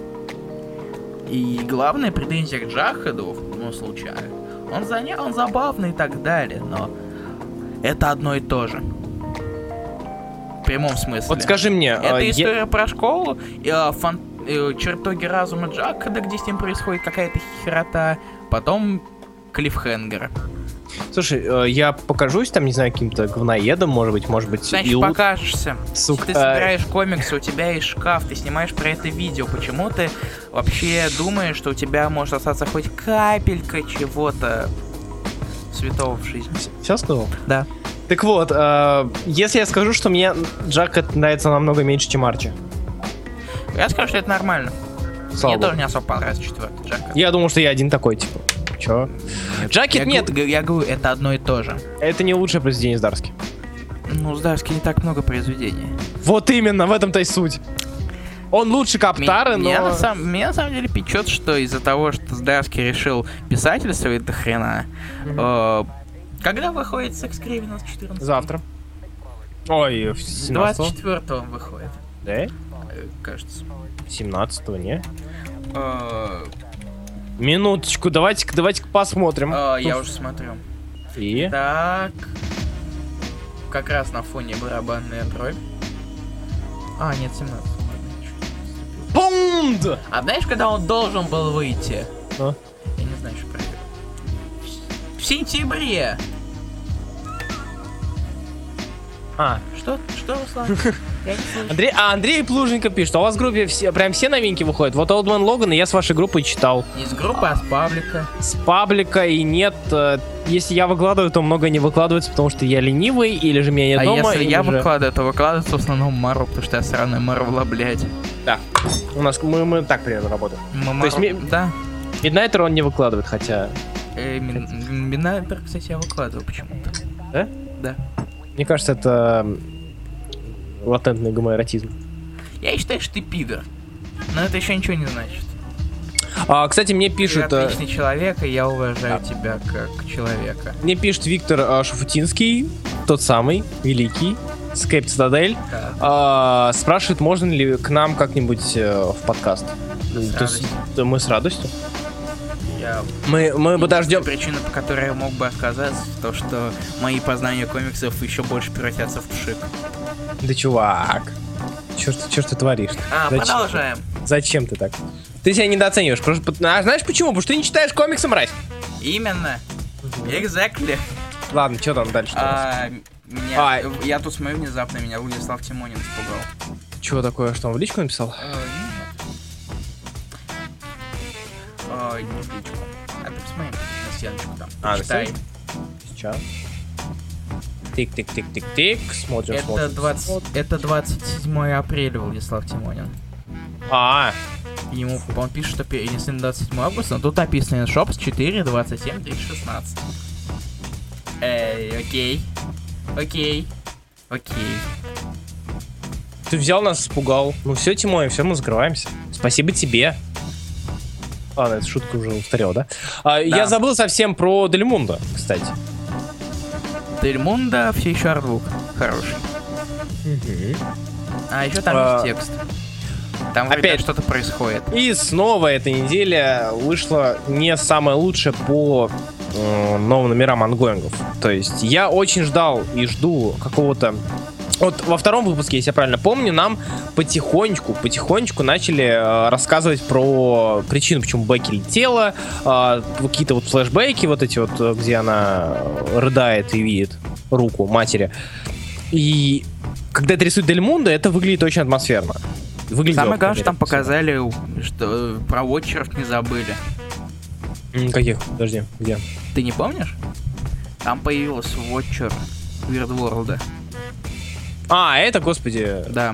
И главная претензия к Джакхеду, в моем случае, он заня... он забавный и так далее, но это одно и то же. В прямом смысле. Вот скажи мне, это э, история я... про школу, э, фан... э, чертоги разума Джакхеда, где с ним происходит какая-то херота, потом клиффхенгер. Слушай, э, я покажусь там, не знаю, каким-то говноедом, может быть, может быть... Значит, и покажешься. Сука. Ты собираешь комиксы, у тебя есть шкаф, ты снимаешь про это видео. Почему ты вообще думаешь, что у тебя может остаться хоть капелька чего-то святого в жизни? Все сказал? Да. Так вот, э, если я скажу, что мне Джакхед нравится намного меньше, чем Арчи. Я скажу, что это нормально. Слава мне Богу. тоже не особо понравился четвертый Джакхед. Я думал, что я один такой, типа. Чё? Джакет нет. Я, я говорю, это одно и то же. Это не лучшее произведение Здарски. Ну, Здарски не так много произведений. Вот именно, в этом-то и суть. Он лучше Каптары, но... Меня на, сам... меня на самом деле печет, что из-за того, что Здарски решил писательствовать до хрена, mm-hmm. э, когда выходит Sex Criminals четырнадцать? Завтра. Ой, семнадцатого. двадцать четвёртого он выходит. Да? Э, кажется. семнадцатого, не? Э... Минуточку, давайте-ка, давайте-ка посмотрим. Э, я уже смотрю. И? Так. Как раз на фоне барабанная дробь. А, нет, семнадцатого. Пунд! А знаешь, когда он должен был выйти? А? Я не знаю, что происходит. В сентябре. А. Что? Что, Руслан? Андрей, а Андрей Плуженко пишет, а у вас в группе все, прям все новинки выходят. Вот Old Man Logan я с вашей группой читал. Не с группы, а с паблика. С паблика и нет. Если я выкладываю, то много не выкладывается, потому что я ленивый, или же меня нет а дома. если я же... выкладываю, то выкладывается в основном Мару, потому что я сраная Марвела, блядь. Да. У нас мы, мы так примерно работаем. Мы то Мару... есть ми... да. Миднайтер он не выкладывает, хотя... Э, Миднайтер, кстати, я выкладываю почему-то. Да? Да. Мне кажется, это латентный гомоэротизм. Я считаю, что ты пидор. Но это еще ничего не значит. А, кстати, мне пишут... Ты отличный человек, и я уважаю да. тебя как человека. Мне пишет Виктор а, Шафутинский, тот самый, великий, Скейп Цитадель. Да. А, спрашивает, можно ли к нам как-нибудь а, в подкаст. С то есть, то мы с радостью. Я... Мы, мы подождем. Причина, по которой я мог бы отказаться, то, что мои познания комиксов еще больше превратятся в пшик. Да чувак, чё ж ты, чё ж ты творишь? А, Зачем? Продолжаем. Зачем ты так? Ты себя недооцениваешь. А знаешь почему? Потому что ты не читаешь комиксы, мразь. Именно. Exactly. Ладно, что там дальше? А, меня, а, я тут смотрю, внезапно меня Владислав Тимонин испугал. Чего такое? Что, он в личку написал? А, нет. А, не в личку. А ты посмотри на стеночку там. А, читай. Сейчас. Тик-тик-тик-тик-тик. Смотрим, это смотрим, двадцать, смотрим. Это двадцать седьмое апреля Владислав Тимонин. А, Ему, он пишет, что если на двадцать седьмое августа, но тут написано шопс четыре, двадцать семь, тридцать, шестнадцать. Эй, окей. Окей. Окей. Ты взял нас, испугал. Ну все, Тимой, все, мы закрываемся. Спасибо тебе. Ладно, эта шутка уже устарела, да? А, да. Я забыл совсем про Дель Мундо, кстати. Дель Мундо все еще артбук. Хороший. Угу. А еще там а... есть текст. Там опять что-то происходит. И снова эта неделя вышла не самая лучшая по э, новым номерам ангоингов. То есть я очень ждал и жду какого-то... Вот во втором выпуске, если я правильно помню, нам потихонечку, потихонечку начали э, рассказывать про причину, почему Бекки летела, э, какие-то вот флешбеки, вот эти вот, где она рыдает и видит руку матери. И когда это рисует Дель Мундо, это выглядит очень атмосферно. Выглядело, самое главное, что там показали, что про вотчеров не забыли. Каких? Подожди, где? Ты не помнишь? Там появился вотчер Weird World. А, это, господи. Да.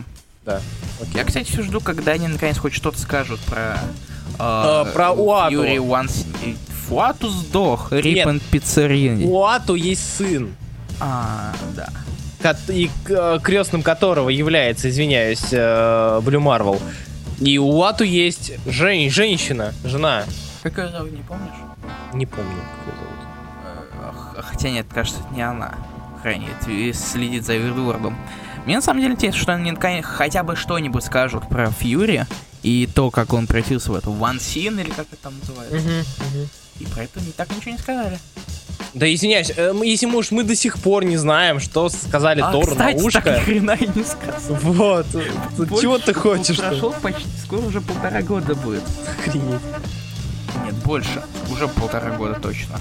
Да. Окей. Я, кстати, все жду, когда они наконец хоть что-то скажут про... Э, э, про Уату. Fury One... Уату сдох, Риппен Пиццерини. Уату есть сын. А, да. И крестным которого является, извиняюсь, Блю Марвел. И у Уату есть жен... женщина, жена. Как ее зовут, не помнишь? Не помню, как ее зовут. Хотя нет, кажется, это не она хранит и следит за Вирдвордом. Мне на самом деле интересно, что они хотя бы что-нибудь скажут про Фьюри и то, как он превратился в эту One Scene, или как это там называется. Угу, угу. И про это не так ничего не сказали. Да извиняюсь, э, если мы уж мы до сих пор не знаем, что сказали а, Тору на ушко. Так ни хрена и не сказал. Вот. Чего ты хочешь? Прошел почти, скоро уже полтора года будет. Охренеть. Нет, больше. Уже полтора года точно.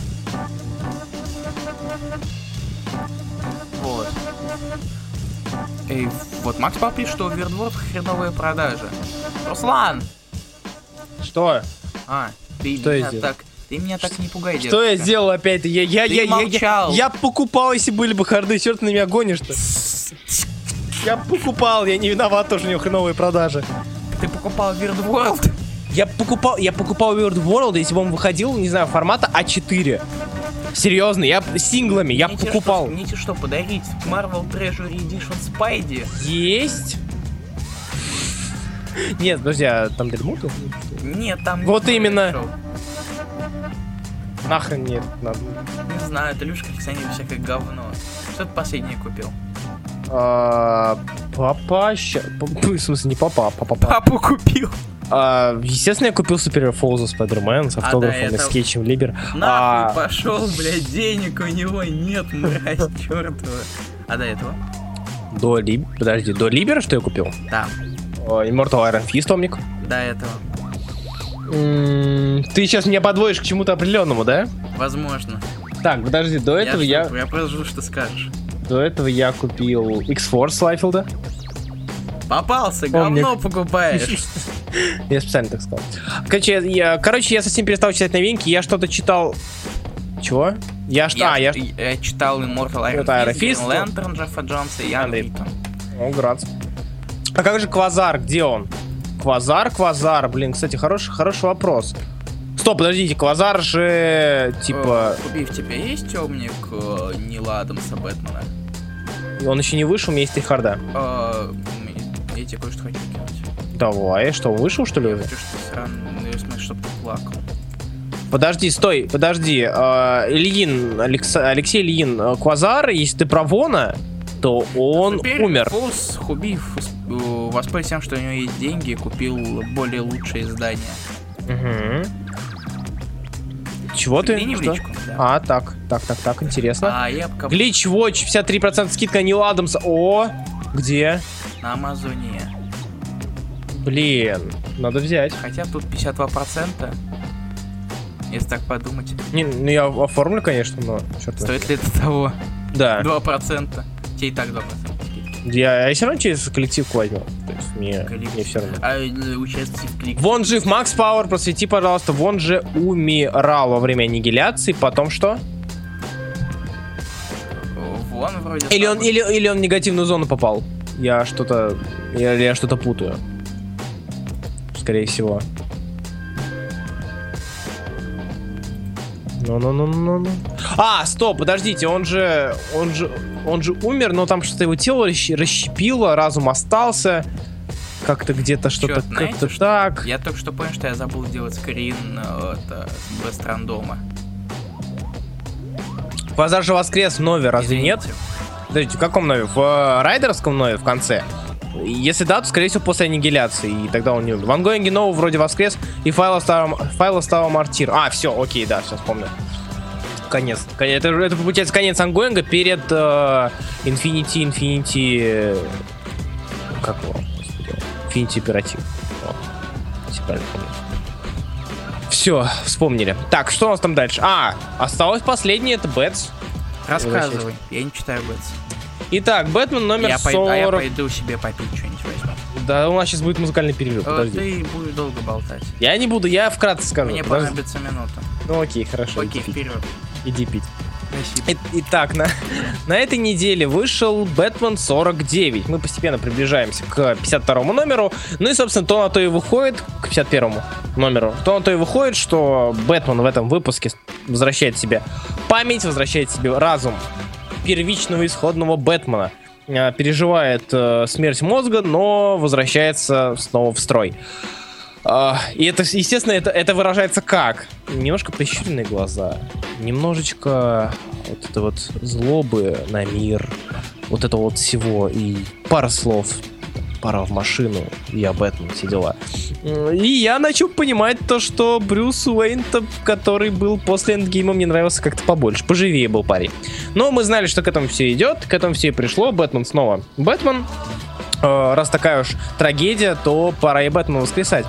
Вот. Эй, вот Макс попит, что у Вирдворд хреновые продажи. Руслан! Что? А, ты что меня так... Ты меня так не пугай, детка. Что я сделал опять? Я, я, ты я, молчал. Я, я, я покупал, если были бы харды, черт ты на меня гонишь-то. Я покупал, я не виноват, тоже у него хреновые продажи. Ты покупал Weird World? Я покупал, я покупал Weird World, если бы он выходил, не знаю, формата а четыре. Серьезно, я синглами, я мне покупал. Мне тебе что, подарить Marvel Treasury Edition Spidey? Есть. Нет, подожди, а там Дельмуту? Нет, там... Вот именно. Нахрен нет, надо. Не знаю, ты любишь коллекционировать всякое говно. Что ты последнее купил? А, папа, ща... в смысле не папа, а папа. Папу купил. А, естественно, я купил Superior Foes Spider-Man с автографом а, да, и скетчем Либер. Нахуй а... пошел, блядь, денег у него нет, мразь, чертова. А до этого? До Либ... Подожди, до Либера что я купил? Да. Immortal Iron Fist, омник. До этого. М-м, ты сейчас меня подводишь к чему-то определенному, да? Возможно. Так, подожди, до я этого я... Что, я просто жду, что скажешь. До этого я купил X-Force Лайфилда. Попался, говно покупаешь. Я специально так сказал. Короче я, короче, я совсем перестал читать новинки. Я что-то читал... Чего? Я что? Я, а, я... я читал Immortal Iron Fist, Green Lantern Джеффа Джонса и Андрей. О, град. А как же Квазар? Где он? Квазар, Квазар. Блин, кстати, хороший, хороший вопрос. Стоп, подождите, Квазар же, типа... Куби, в тебе есть темник э, Нила Адамса Бэтмена? Он еще не вышел, у меня есть три харда. Э, я тебе кое-что хочу кинуть. Давай, что, он вышел, что ли, я уже? хочу, что ты сран... ну, в смысле, чтобы ты плакал. Подожди, стой, подожди. Э, Ильин, Алекс... Алексей Ильин, Квазар, если ты про Вона, то он Теперь умер. Фус, Хубив, воспользуясь тем, что у него есть деньги, купил более лучшее издание. Угу. Чего ты? Не в личку, да. А, так, так, так, так, интересно. А, я пока... Glitch Watch, пятьдесят три процента скидка Нил Адамс. О, где? На Амазоне. Блин, надо взять. Хотя тут пятьдесят два процента. Если так подумать. Не, ну я оформлю, конечно, но... Стоит ли это того? Да. два процента. Тебе и так два процента. Я, я все равно через коллективку возьму. То есть мне, мне все равно. А участие в клике. Вон жив, Макс Пауэр, просвети, пожалуйста. Вон же умирал во время аннигиляции, потом что? Вон вроде... Или он, или, или он в негативную зону попал. Я что-то... Я, я что-то путаю. Скорее всего. Ну-ну-ну-ну-ну. А, стоп, подождите, он же, он же, он же умер, но там что-то его тело расщепило, разум остался, как-то где-то что-то, как-то так. Я только что понял, что я забыл сделать скрин это, без рандома. Квазар же воскрес в Нове, разве Извините. нет? Подождите, в каком Нове? В uh, райдерском Нове в конце? Если да, то, скорее всего, после аннигиляции, и тогда он не умер. В ангоинге Нового вроде воскрес, и файл оставил, файл оставил мартир. А, все, окей, да, сейчас помню. Конец. Это, это получается конец ангоинга перед Infinity, uh, Infinity... Как его? Infinity оператив. Все правильно помню. Все, вспомнили. Так, что у нас там дальше? А, осталось последнее, это Бэтс. Рассказывай, я не читаю Бэтс. Итак, Бэтмен номер я сорок. Пойду, а я пойду себе попить что-нибудь возьму. Да, у нас сейчас будет музыкальный перерыв, подожди. Ты будешь долго болтать. Я не буду, я вкратце скажу. Мне подожди. понадобится минута. Ну окей, хорошо. Окей, вперед. Иди пить. Итак, на, на этой неделе вышел Бэтмен сорок девять. Мы постепенно приближаемся к пятьдесят второму номеру. Ну и, собственно, то на то и выходит, к пятьдесят первому номеру, то на то и выходит, что Бэтмен в этом выпуске возвращает себе память, возвращает себе разум первичного исходного Бэтмена. Переживает э, смерть мозга, но возвращается снова в строй. Uh, и это, естественно, это, это выражается как? Немножко прищуренные глаза, немножечко вот это вот злобы на мир, вот это вот всего, и пара слов, пора в машину, и об этом все дела. И я начал понимать то, что Брюс Уэйн-то, который был после Эндгейма, мне нравился как-то побольше, поживее был парень. Но мы знали, что к этому все идет, к этому все и пришло, Бэтмен снова Бэтмен. Раз такая уж трагедия, то пора и Бэтмена воскресать.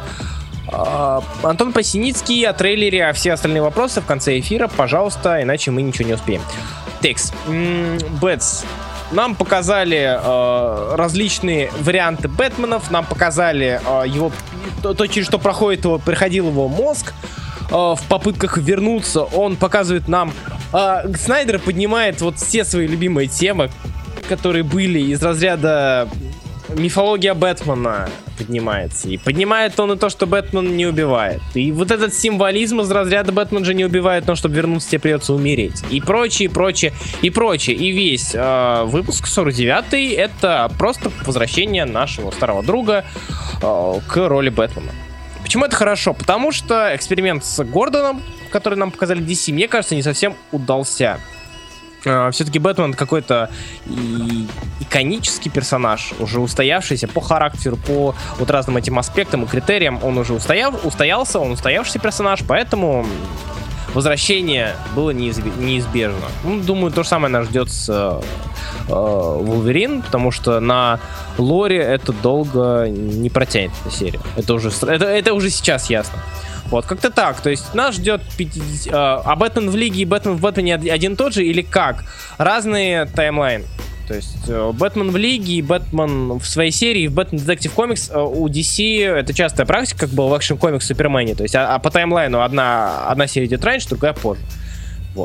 Антон Посиницкий о трейлере, а все остальные вопросы в конце эфира, пожалуйста, иначе мы ничего не успеем. Текс. Бэтс. Нам показали э, различные варианты Бэтменов, нам показали э, его, то, то, через что проходит его, проходил его мозг э, в попытках вернуться. Он показывает нам, э, Снайдер поднимает вот все свои любимые темы, которые были из разряда мифология Бэтмена поднимается. И поднимает он и то, что Бэтмен не убивает. И вот этот символизм из разряда Бэтмен же не убивает, но чтобы вернуться, тебе придется умереть. И прочее, прочее, и прочее. И весь э, выпуск сорок девятый это просто возвращение нашего старого друга э, к роли Бэтмена. Почему это хорошо? Потому что эксперимент с Гордоном, который нам показали ди си, мне кажется, не совсем удался. Все-таки Бэтмен какой-то и иконический персонаж, уже устоявшийся по характеру, по вот разным этим аспектам и критериям. Он уже устояв, устоялся, он устоявшийся персонаж, поэтому возвращение было неизбежно. Ну, думаю, то же самое нас ждет с э, Wolverine, потому что на лоре это долго не протянет эта серия. Это уже, это, это уже сейчас ясно. Вот, как-то так, то есть нас ждет пятьдесят... Э, а Бэтмен в Лиге и Бэтмен в Бэтмене один и тот же, или как? Разные таймлайны. То есть э, Бэтмен в Лиге и Бэтмен в своей серии, в Бэтмен Детектив Комикс э, у ди си это частая практика, как было в Action Comics Супермене. То есть, а, а по таймлайну одна, одна серия идет раньше, другая позже. Вот.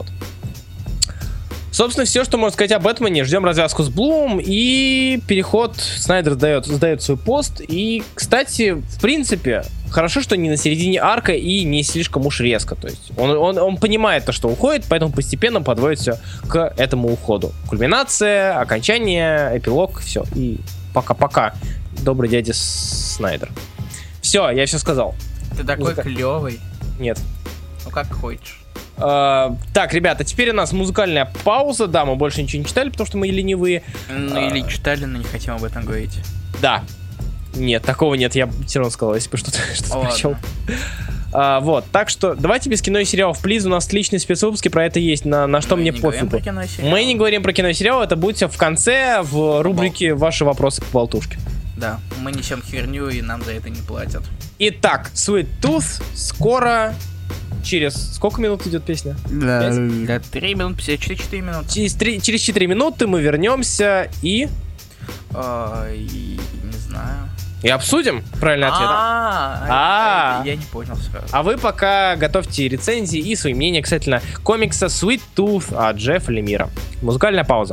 Собственно, все, что можно сказать о Бэтмене. Ждем развязку с Блумом и переход. Снайдер сдает, сдает свой пост. И, кстати, в принципе, хорошо, что не на середине арка и не слишком уж резко. То есть он, он, он понимает то, что уходит, поэтому постепенно подводит все к этому уходу. Кульминация, окончание, эпилог, все. И пока-пока, добрый дядя Снайдер. Все, я все сказал. Ты такой Музыка... клевый. Нет. Ну как хочешь. Uh, так, ребята, теперь у нас музыкальная пауза. Да, мы больше ничего не читали, потому что мы ленивые. Ну uh, или читали, но не хотим об этом говорить. Да. Нет, такого нет, я все равно сказал, если бы что-то что прочел. Uh, вот, так что давайте без кино и сериалов, плиз. У нас отличные спецвыпуски про это есть, на, на что мы мне пофигу. Мы не говорим про кино и сериал, это будет все в конце, в рубрике «Ваши вопросы по болтушке». Да, мы несем херню и нам за это не платят. Итак, Sweet Tooth скоро... Через сколько минут идет песня? Да, три минуты, пятьдесят четыре минуты. Через, три, через четыре минуты мы вернемся и... А, и... Не знаю. И обсудим правильный ответ. А, я не понял сразу. А вы пока готовьте рецензии и свои мнения касательно комикса Sweet Tooth от Джеффа Лемира. Музыкальная пауза.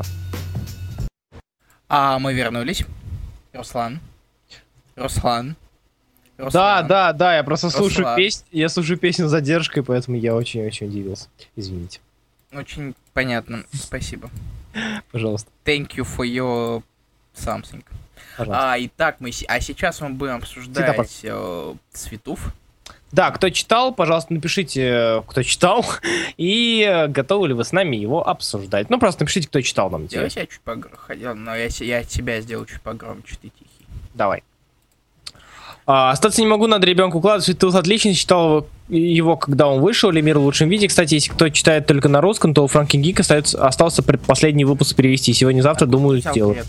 А мы вернулись. Руслан. Руслан. Руслан. Да, да, да, я просто Руслан. слушаю песню, я слушаю песню с задержкой, поэтому я очень-очень удивился. Извините. Очень понятно, спасибо. Пожалуйста. Thank you for your something. Пожалуйста. А, итак, мы, а сейчас мы будем обсуждать э, Цветов. Да, кто читал, пожалуйста, напишите, кто читал, и готовы ли вы с нами его обсуждать. Ну, просто напишите, кто читал нам. Я себя чуть погромче, но я, я тебя сделаю чуть погромче, ты тихий. Давай. А, остаться не могу, надо ребенку укладывать. Тут отлично, читал его, когда он вышел, Лемир в лучшем виде. Кстати, если кто читает только на русском, то у Франки Гик остается, остался последний выпуск перевести. Сегодня-завтра, думаю, сделаю.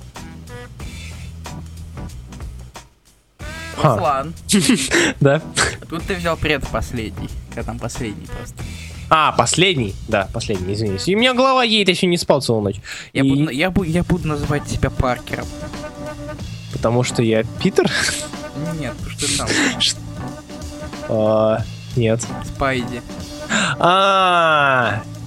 Руслан. Да. Тут ты взял предпоследний. Я там последний просто. А, последний? Да, последний, извините. И у меня голова едет, я еще не спал целую ночь. Я, и... буду, я, буду, я буду называть тебя Паркером. Потому что я Питер? Нет, потому что ты сам. А, нет. Спайди. А,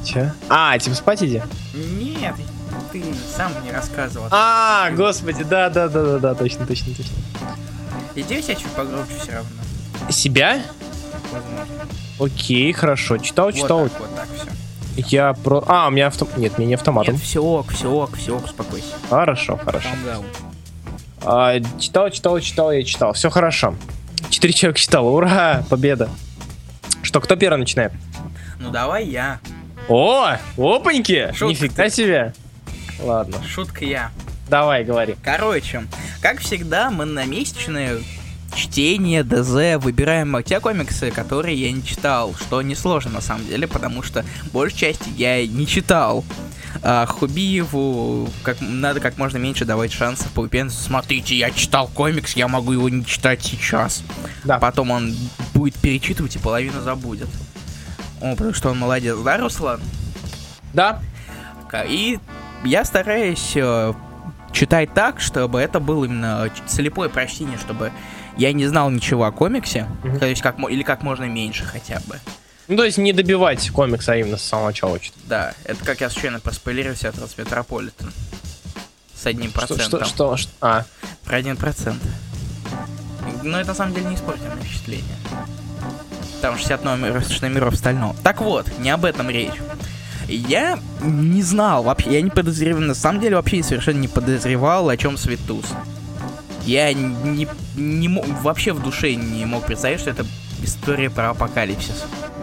Че? А, типа спать иди? Нет, ты сам мне рассказывал. А, господи, да, да, да, да, да, точно, точно, точно. Иди у себя чуть погромче все равно. Себя? Возможно. Окей, хорошо. Читал, читал. Вот так, вот так, все. Я про... А, у меня автом... Нет, мне не автоматом. Нет, все ок, все ок, все ок, успокойся. Хорошо, хорошо. Calm down. А, читал, читал, читал, я читал. Все хорошо. Четыре человека читало. Ура, победа. Что, кто первый начинает? Ну давай я. О, опаньки! Шутка Нифига ты. себе. Ладно, Шутка я. давай, говори. Короче, как всегда, мы на месячное чтение, ДЗ выбираем те комиксы, которые я не читал, что несложно на самом деле, потому что большей части я не читал. А Хубиеву как, надо как можно меньше давать шансов по пенсу. Смотрите, я читал комикс, я могу его не читать сейчас. Да. Потом он будет перечитывать и половину забудет. О, потому что он молодец, да, Руслан? Да. И я стараюсь э, читать так, чтобы это было именно слепое прочтение, чтобы я не знал ничего о комиксе, Мгм. то есть как мо- или как можно меньше хотя бы. Ну, то есть не добивать комикс, а именно с самого начала читать. Да, это как я случайно проспойлерил себе Трансметрополитен с одним Что, процентом. что, что, что? А, Про один процент. Но это на самом деле не испортит впечатление. Там шестьдесят номеров, номеров стального. Так вот, не об этом речь. Я не знал вообще, я не подозревал, на самом деле вообще совершенно не подозревал, о чем Светус. Я не, не мог, вообще в душе не мог представить, что это история про апокалипсис.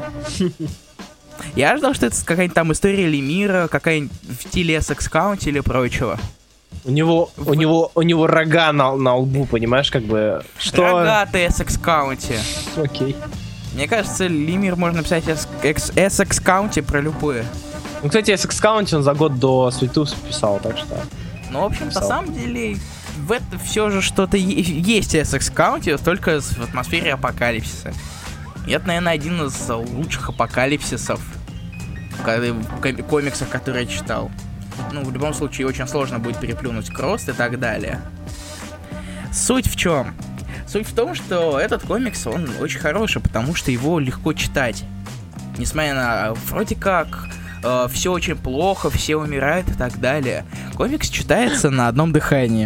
Я ждал, что это какая-нибудь там история Лемира, какая-нибудь в стиле Essex County или прочего. у него, у В- него, у него рога на, на лбу, понимаешь, как бы. Что? Рогатый Essex County. Окей. Мне кажется, Лемир можно написать Эс- Экс- Essex County про любые. Ну, кстати, Essex County он за год до Светус писал, так что. Ну, в общем, на Писал. самом деле, в это все же что-то е- есть Essex County, только с- в атмосфере апокалипсиса. И это, наверное, один из лучших апокалипсисов ка- в ком- комиксах, которые я читал. Ну, в любом случае, очень сложно будет переплюнуть Крост и так далее. Суть в чем? Суть в том, что этот комикс, он очень хороший, потому что его легко читать. Несмотря на вроде как все очень плохо, все умирают и так далее. Комикс читается на одном дыхании.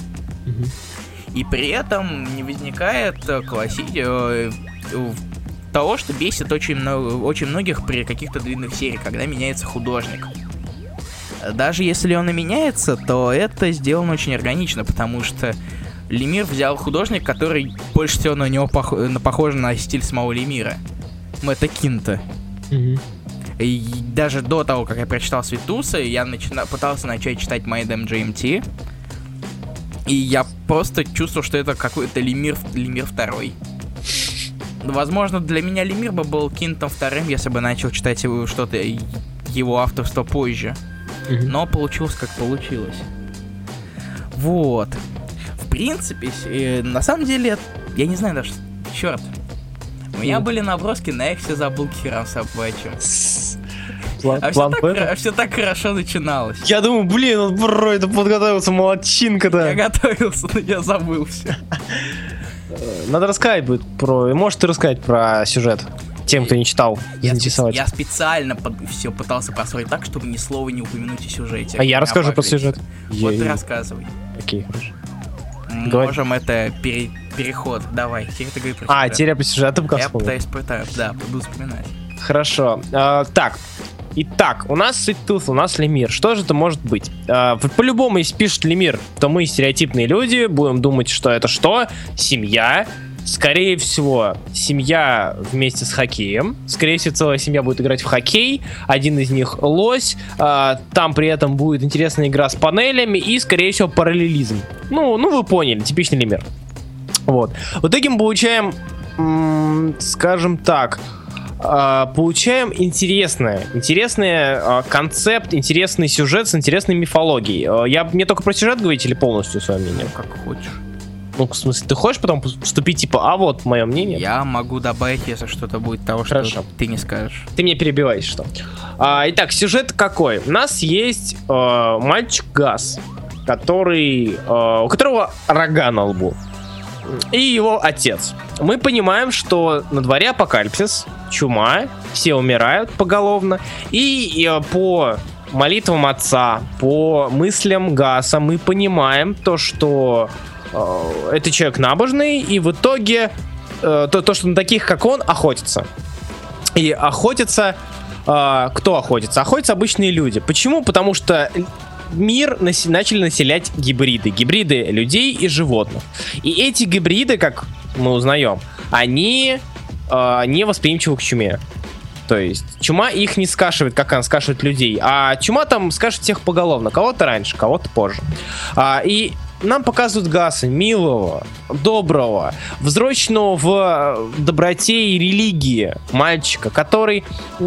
И при этом не возникает э, класси... э, э, того, что бесит очень, много, очень многих при каких-то длинных сериях, когда меняется художник. Даже если он и меняется, то это сделано очень органично, потому что Лемир взял художник, который больше всего на него пох... на- похож на стиль самого Лемира. Мэтта Кинта. И даже до того, как я прочитал Светуса, я начина... пытался начать читать Mind эм джи эм ти. И я просто чувствовал, что это какой-то Лемир, Лемир второй. Возможно, для меня Лемир бы был Кинтом вторым, если бы начал читать его что-то его авторство позже. Но получилось как получилось. Вот. В принципе, с- э, на самом деле, я не знаю даже, черт. У меня Ну. были наброски, но я их все забыл к херам собачьим. План, А все план так, Б? хра- всё так хорошо начиналось. Я думаю, блин, он бро, это подготовился, молодчинка-то. Я готовился, но я забыл все. Надо рассказать будет про... Можешь ты рассказать про сюжет тем, кто не читал, Я, заинтересовать. я специально все пытался построить так, чтобы ни слова не упомянуть о сюжете. А я расскажу про Обожайте. сюжет. Вот ты Ей. рассказывай. Окей, хорошо. Говори. Можем это пере- переход. Давай, теперь ты говори про А, сюжет. теперь по сюжету как Я вспомнил. пытаюсь пытаюсь, да, буду вспоминать. Хорошо. А, так. Итак, у нас Светус, у нас Лемир. Что же это может быть? А, в- по-любому, если пишет Лемир, то мы стереотипные люди, будем думать, что это что? Семья. Скорее всего, семья вместе с хоккеем. Скорее всего, целая семья будет играть в хоккей. Один из них лось. А, там при этом будет интересная игра с панелями и, скорее всего, параллелизм. Ну, ну вы поняли, типичный Лемир. Вот. В итоге мы получаем, м, скажем так, а, получаем интересное, интересный а, концепт, интересный сюжет с интересной мифологией. А, я, мне только про сюжет говорить или полностью свое мнение? Как хочешь. Ну, в смысле, ты хочешь потом вступить, типа, а вот мое мнение? Я могу добавить, если что-то будет того, Хорошо. что ты не скажешь. Ты меня перебиваешь, что? А, итак, сюжет какой? У нас есть э, мальчик Газ, который, э, у которого рога на лбу. И его отец. Мы понимаем, что на дворе апокалипсис. чума, все умирают поголовно, и, и по молитвам отца, по мыслям Гаса мы понимаем то, что э, это человек набожный, и в итоге э, то, то, что на таких, как он, охотятся. И охотятся... Э, кто охотится? Охотятся обычные люди. Почему? Потому что мир наси- начали населять гибриды. Гибриды людей и животных. И эти гибриды, как мы узнаем, они э, не восприимчивы к чуме. То есть чума их не скашивает, как она скашивает людей, а чума там скашивает всех поголовно. Кого-то раньше, кого-то позже. А, и нам показывают Гаса, милого, доброго, взросленного в доброте и религии мальчика, который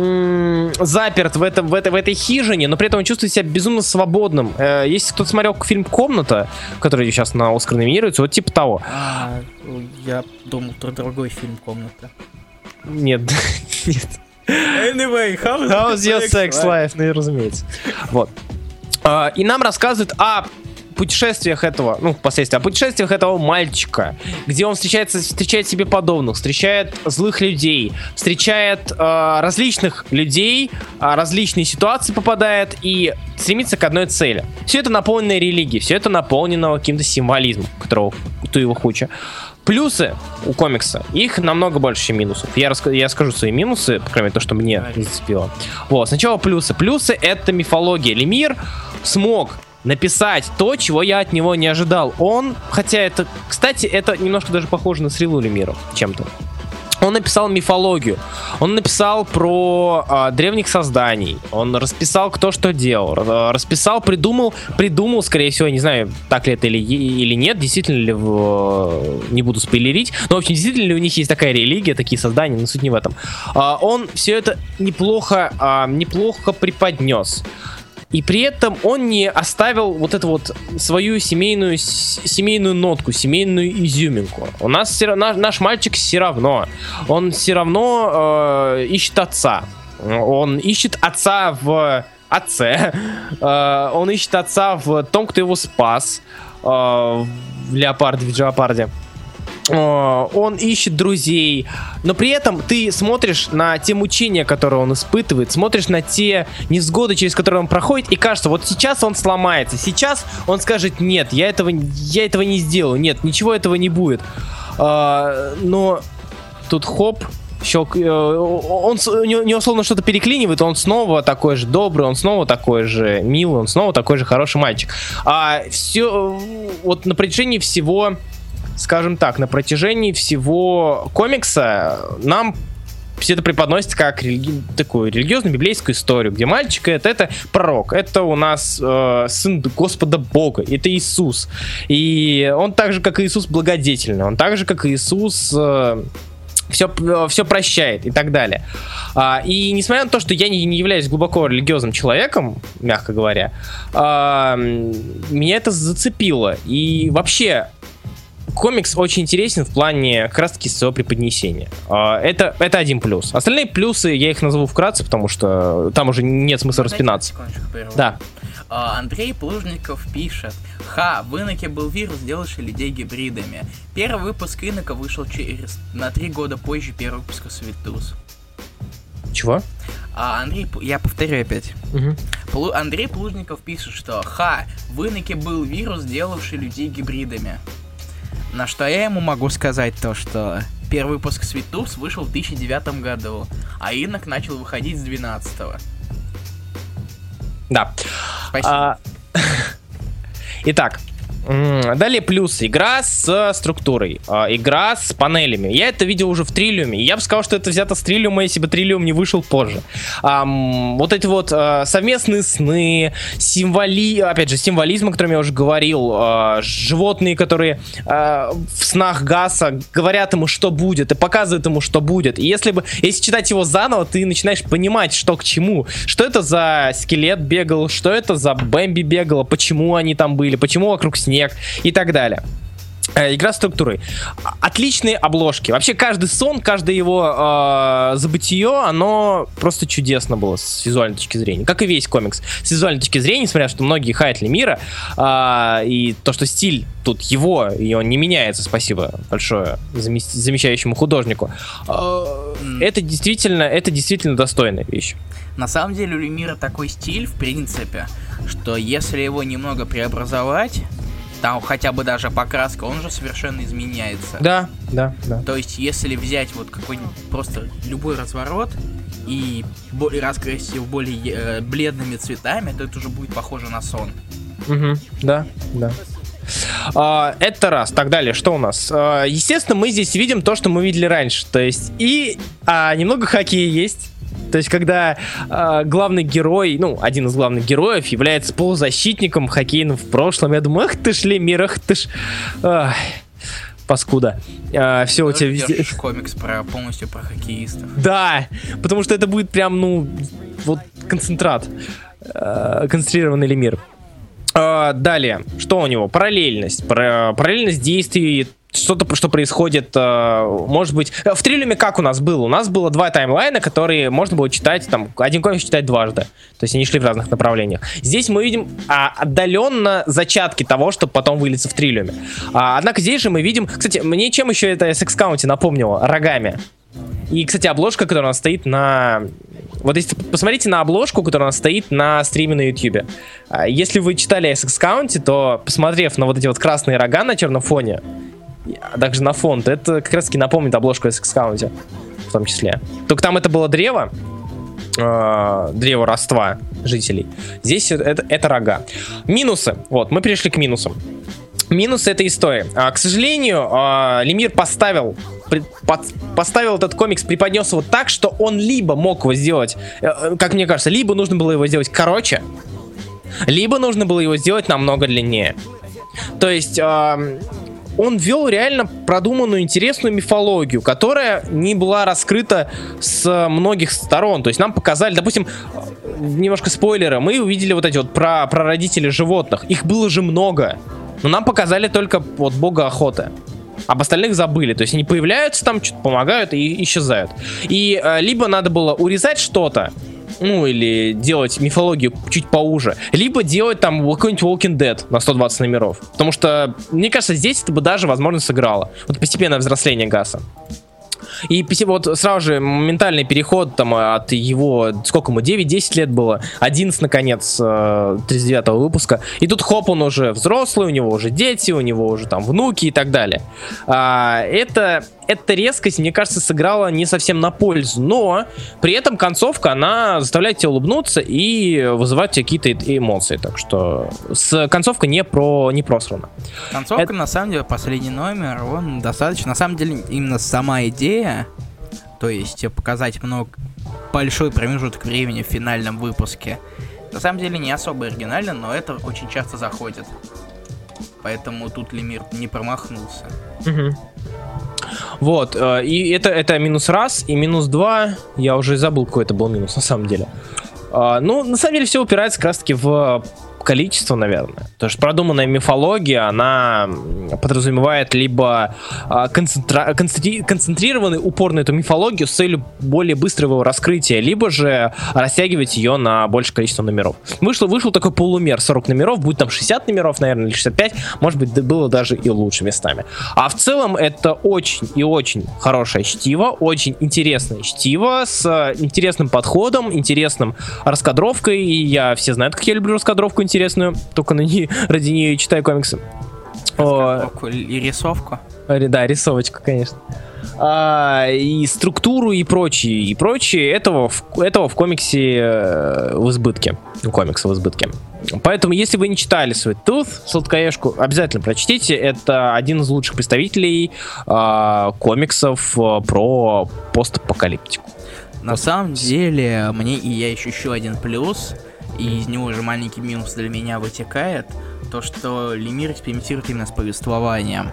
м- заперт в, этом, в, этой, в этой хижине, но при этом он чувствует себя безумно свободным. Э, если кто-то смотрел фильм «Комната», который сейчас на Оскар номинируется, вот типа того. А, я думал, про другой фильм «Комната». Нет, нет. Anyway, how's, how's your sex life? Ну и разумеется. Вот. Uh, и нам рассказывают о путешествиях этого, ну, впоследствии, о путешествиях этого мальчика, где он встречается, встречает себе подобных, встречает злых людей, встречает uh, различных людей, uh, различные ситуации попадает и стремится к одной цели. Все это наполнено религией, все это наполнено каким-то символизмом, которого ту его куча. Плюсы у комикса, их намного больше, чем минусов. Я, раска- я скажу свои минусы, по крайней мере, то, что мне зацепило. Вот, сначала плюсы. Плюсы — это мифология. Лемир смог написать то, чего я от него не ожидал. Он, хотя это, кстати, это немножко даже похоже на Срилу Лемира чем-то. Он написал мифологию, он написал про а, древних созданий, он расписал, кто что делал, расписал, придумал, придумал, скорее всего, я не знаю, так ли это или, или нет, действительно ли, в, не буду спойлерить, но, в общем, действительно ли у них есть такая религия, такие создания, но суть не в этом. А, он все это неплохо, а, неплохо преподнес. И при этом он не оставил вот эту вот свою семейную, семейную нотку, семейную изюминку. У нас все, наш, наш мальчик все равно, он все равно э, ищет отца. Он ищет отца в отце. Э, он ищет отца в том, кто его спас. Э, в Леопарде, в Джеопарде. Он ищет друзей, но при этом ты смотришь на те мучения, которые он испытывает, смотришь на те невзгоды, через которые он проходит, и кажется, вот сейчас он сломается, сейчас он скажет: нет, я этого, я этого не сделаю, нет, ничего этого не будет. Но тут хоп, щелк, он, у него словно что-то переклинивает, он снова такой же добрый, он снова такой же милый, он снова такой же хороший мальчик. А все, вот на протяжении всего, скажем так, на протяжении всего комикса нам все это преподносится как религи... такую религиозную библейскую историю, где мальчик это, это пророк, это у нас э, сын Господа Бога, это Иисус. И он так же, как и Иисус, благодетельный, он так же, как и Иисус... Э, Все, все прощает и так далее. А, и несмотря на то, что я не, не являюсь глубоко религиозным человеком, мягко говоря, а, меня это зацепило. И вообще, комикс очень интересен в плане как раз таки своего преподнесения. А, это, это один плюс. Остальные плюсы я их назову вкратце, потому что там уже нет смысла распинаться. Да. Андрей Плужников пишет: ха, в Иноке был вирус, делавший людей гибридами. Первый выпуск Инока вышел через на три года позже первого выпуска Светус. Чего? А, Андрей, я повторю опять. Угу. Плу, Андрей Плужников пишет, что ха, в Иноке был вирус, делавший людей гибридами. На что я ему могу сказать то, что первый выпуск Светус вышел в тысяча девятом году, а Инок начал выходить с двенадцатого. Да. Спасибо. А... Итак, далее плюсы. Игра с структурой, игра с панелями. Я это видел уже в Триллиуме. Я бы сказал, что это взято с Триллиума, если бы Триллиум не вышел позже. А, вот эти вот а, совместные сны, символи... опять же, символизм, о котором я уже говорил, а, животные, которые а, в снах Гаса говорят ему, что будет, и показывают ему, что будет. И если бы, если читать его заново, ты начинаешь понимать, что к чему. Что это за скелет бегал, что это за Бэмби бегала, почему они там были, почему вокруг снег и так далее. Игра с структурой. Отличные обложки. Вообще каждый сон, каждое его э, забытие, оно просто чудесно было с визуальной точки зрения. Как и весь комикс. С визуальной точки зрения, несмотря на то, что многие хаят Лемира, э, и то, что стиль тут его, и он не меняется, спасибо большое замещающему художнику. Э, это действительно, это действительно достойная вещь. На самом деле у Лемира такой стиль, в принципе, что если его немного преобразовать, там хотя бы даже покраска, он же совершенно изменяется. Да, да, да. То есть, если взять вот какой-нибудь просто любой разворот и раскрасить его более э, бледными цветами, то это уже будет похоже на сон. Угу, да, да. Uh, это раз. Так, далее, что у нас? Uh, естественно, мы здесь видим то, что мы видели раньше. То есть, и uh, немного хоккея есть. То есть, когда э, главный герой, ну, один из главных героев является полузащитником хоккейным в прошлом, я думаю, ах ты ж, Лемир, ах ты ж, ах, паскуда. Э, все у тебя везде... комикс про, полностью про хоккеистов. Да, потому что это будет прям, ну, вот концентрат, э, концентрированный Лемир. Э, далее, что у него? Параллельность. Пара- параллельность действий. Что-то, что происходит, может быть... В Триллиуме как у нас было? У нас было два таймлайна, которые можно было читать, там, один комикс читать дважды. То есть они шли в разных направлениях. Здесь мы видим а, отдаленно зачатки того, что потом выльется в Триллиуме. А, однако здесь же мы видим... Кстати, мне чем еще это эс икс County напомнило? Рогами. И, кстати, обложка, которая у нас стоит на... Вот если посмотрите на обложку, которая у нас стоит на стриме на YouTube. Если вы читали эс икс County, то, посмотрев на вот эти вот красные рога на черном фоне, а также на фонд, это как раз таки напомнит обложку эс икс County в том числе. Только там это было древо, э, древо родства жителей. Здесь это, это рога. Минусы. Вот, мы перешли к минусам. Минусы этой истории. А, к сожалению, э, Лемир поставил, при, под, поставил этот комикс, преподнес его так, что он либо мог его сделать, э, как мне кажется, либо нужно было его сделать короче, либо нужно было его сделать намного длиннее. То есть... Э, он вел реально продуманную, интересную мифологию, которая не была раскрыта с многих сторон. То есть нам показали, допустим, немножко спойлера, мы увидели вот эти вот про, про родителей животных. Их было же много, но нам показали только вот бога охоты. Об остальных забыли. То есть они появляются там, что-то помогают и исчезают. И э, либо надо было урезать что-то, ну, или делать мифологию чуть поуже, либо делать там какой-нибудь Walking Dead на сто двадцать номеров. Потому что, мне кажется, здесь это бы даже, возможно, сыграло. Вот постепенное взросление Гаса. И вот сразу же моментальный переход там от его, сколько ему, девять-десять лет было, одиннадцать, наконец, тридцать девятого выпуска. И тут хоп, он уже взрослый, у него уже дети, у него уже там внуки и так далее. А, это... Эта резкость, мне кажется, сыграла не совсем на пользу, но при этом концовка, она заставляет тебя улыбнуться и вызывает какие-то эмоции, так что с концовка не про не просрана. Концовка, это... на самом деле, последний номер, он достаточно, на самом деле, именно сама идея, то есть показать много, большой промежуток времени в финальном выпуске, на самом деле не особо оригинально, но это очень часто заходит, поэтому тут Лемир не промахнулся. Угу. Вот, и это, это минус раз, и минус два, я уже забыл, какой это был минус на самом деле. Ну, на самом деле все упирается как раз таки в количество, наверное. Потому что продуманная мифология, она подразумевает либо концентра... концентри... концентрированный упор на эту мифологию с целью более быстрого раскрытия, либо же растягивать ее на большее количество номеров. Вышло, вышел такой полумер, сорок номеров, будет там шестьдесят номеров, наверное, или шестьдесят пять, может быть, было даже и лучше местами. А в целом это очень и очень хорошее чтиво, очень интересное чтиво, с интересным подходом, интересным раскадровкой, и я, все знают, как я люблю раскадровку интересную, только на ней, ради нее читаю комиксы. Раскадровку и рисовку. Да, рисовочку, конечно. А, и структуру и прочее, и прочее, этого, этого в комиксе в избытке. Комикса в избытке. Поэтому, если вы не читали Sweet Tooth, сладкоежку, обязательно прочтите. Это один из лучших представителей а, комиксов про постапокалиптику. На Пост... самом деле, мне и я ищу еще один плюс, и из него же маленький минус для меня вытекает, то, что Лемир экспериментирует именно с повествованием.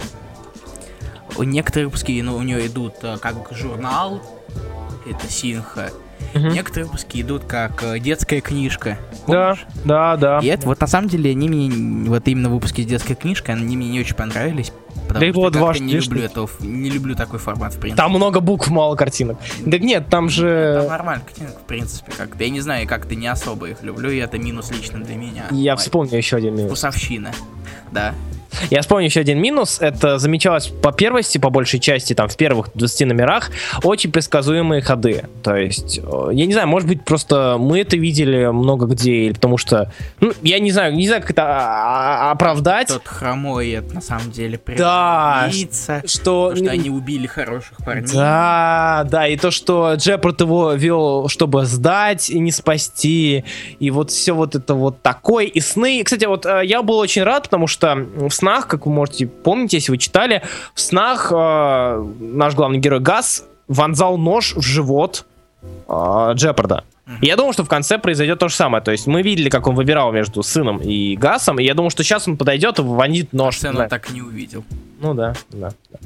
Некоторые выпуски, ну, у него идут как журнал, это Синха. Uh-huh. Некоторые выпуски идут как детская книжка. Помнишь? Да, да, да. И это вот на самом деле они мне, вот именно выпуски с детской книжкой, они мне не очень понравились. Потому да их было два, не люблю, это, не люблю такой формат, в принципе. Там много букв, мало картинок. Да нет, там же... Там нормально картинок, в принципе, как-то. Я не знаю, как-то не особо их люблю, и это минус лично для меня. Я вспомню еще один минус. Вкусовщина, да. Я вспомню еще один минус. Это замечалось по первости, по большей части, там, в первых двадцати номерах, очень предсказуемые ходы. То есть, я не знаю, может быть, просто мы это видели много где, или потому что, ну, я не знаю, не знаю, как это оправдать. Тот хромой, это на самом деле да, лица, что... что они убили хороших парней. Да, да, и то, что Джепард его вел, чтобы сдать и не спасти, и вот все вот это вот такое, и сны. Кстати, вот я был очень рад, потому что в снах, как вы можете помнить, если вы читали, в снах э, наш главный герой Гас вонзал нож в живот э, Джепарда. И я думал, что в конце произойдет то же самое. То есть мы видели, как он выбирал между сыном и Гасом, и я думал, что сейчас он подойдет и вонит нож. А сын он так и не увидел. Ну да, да. да.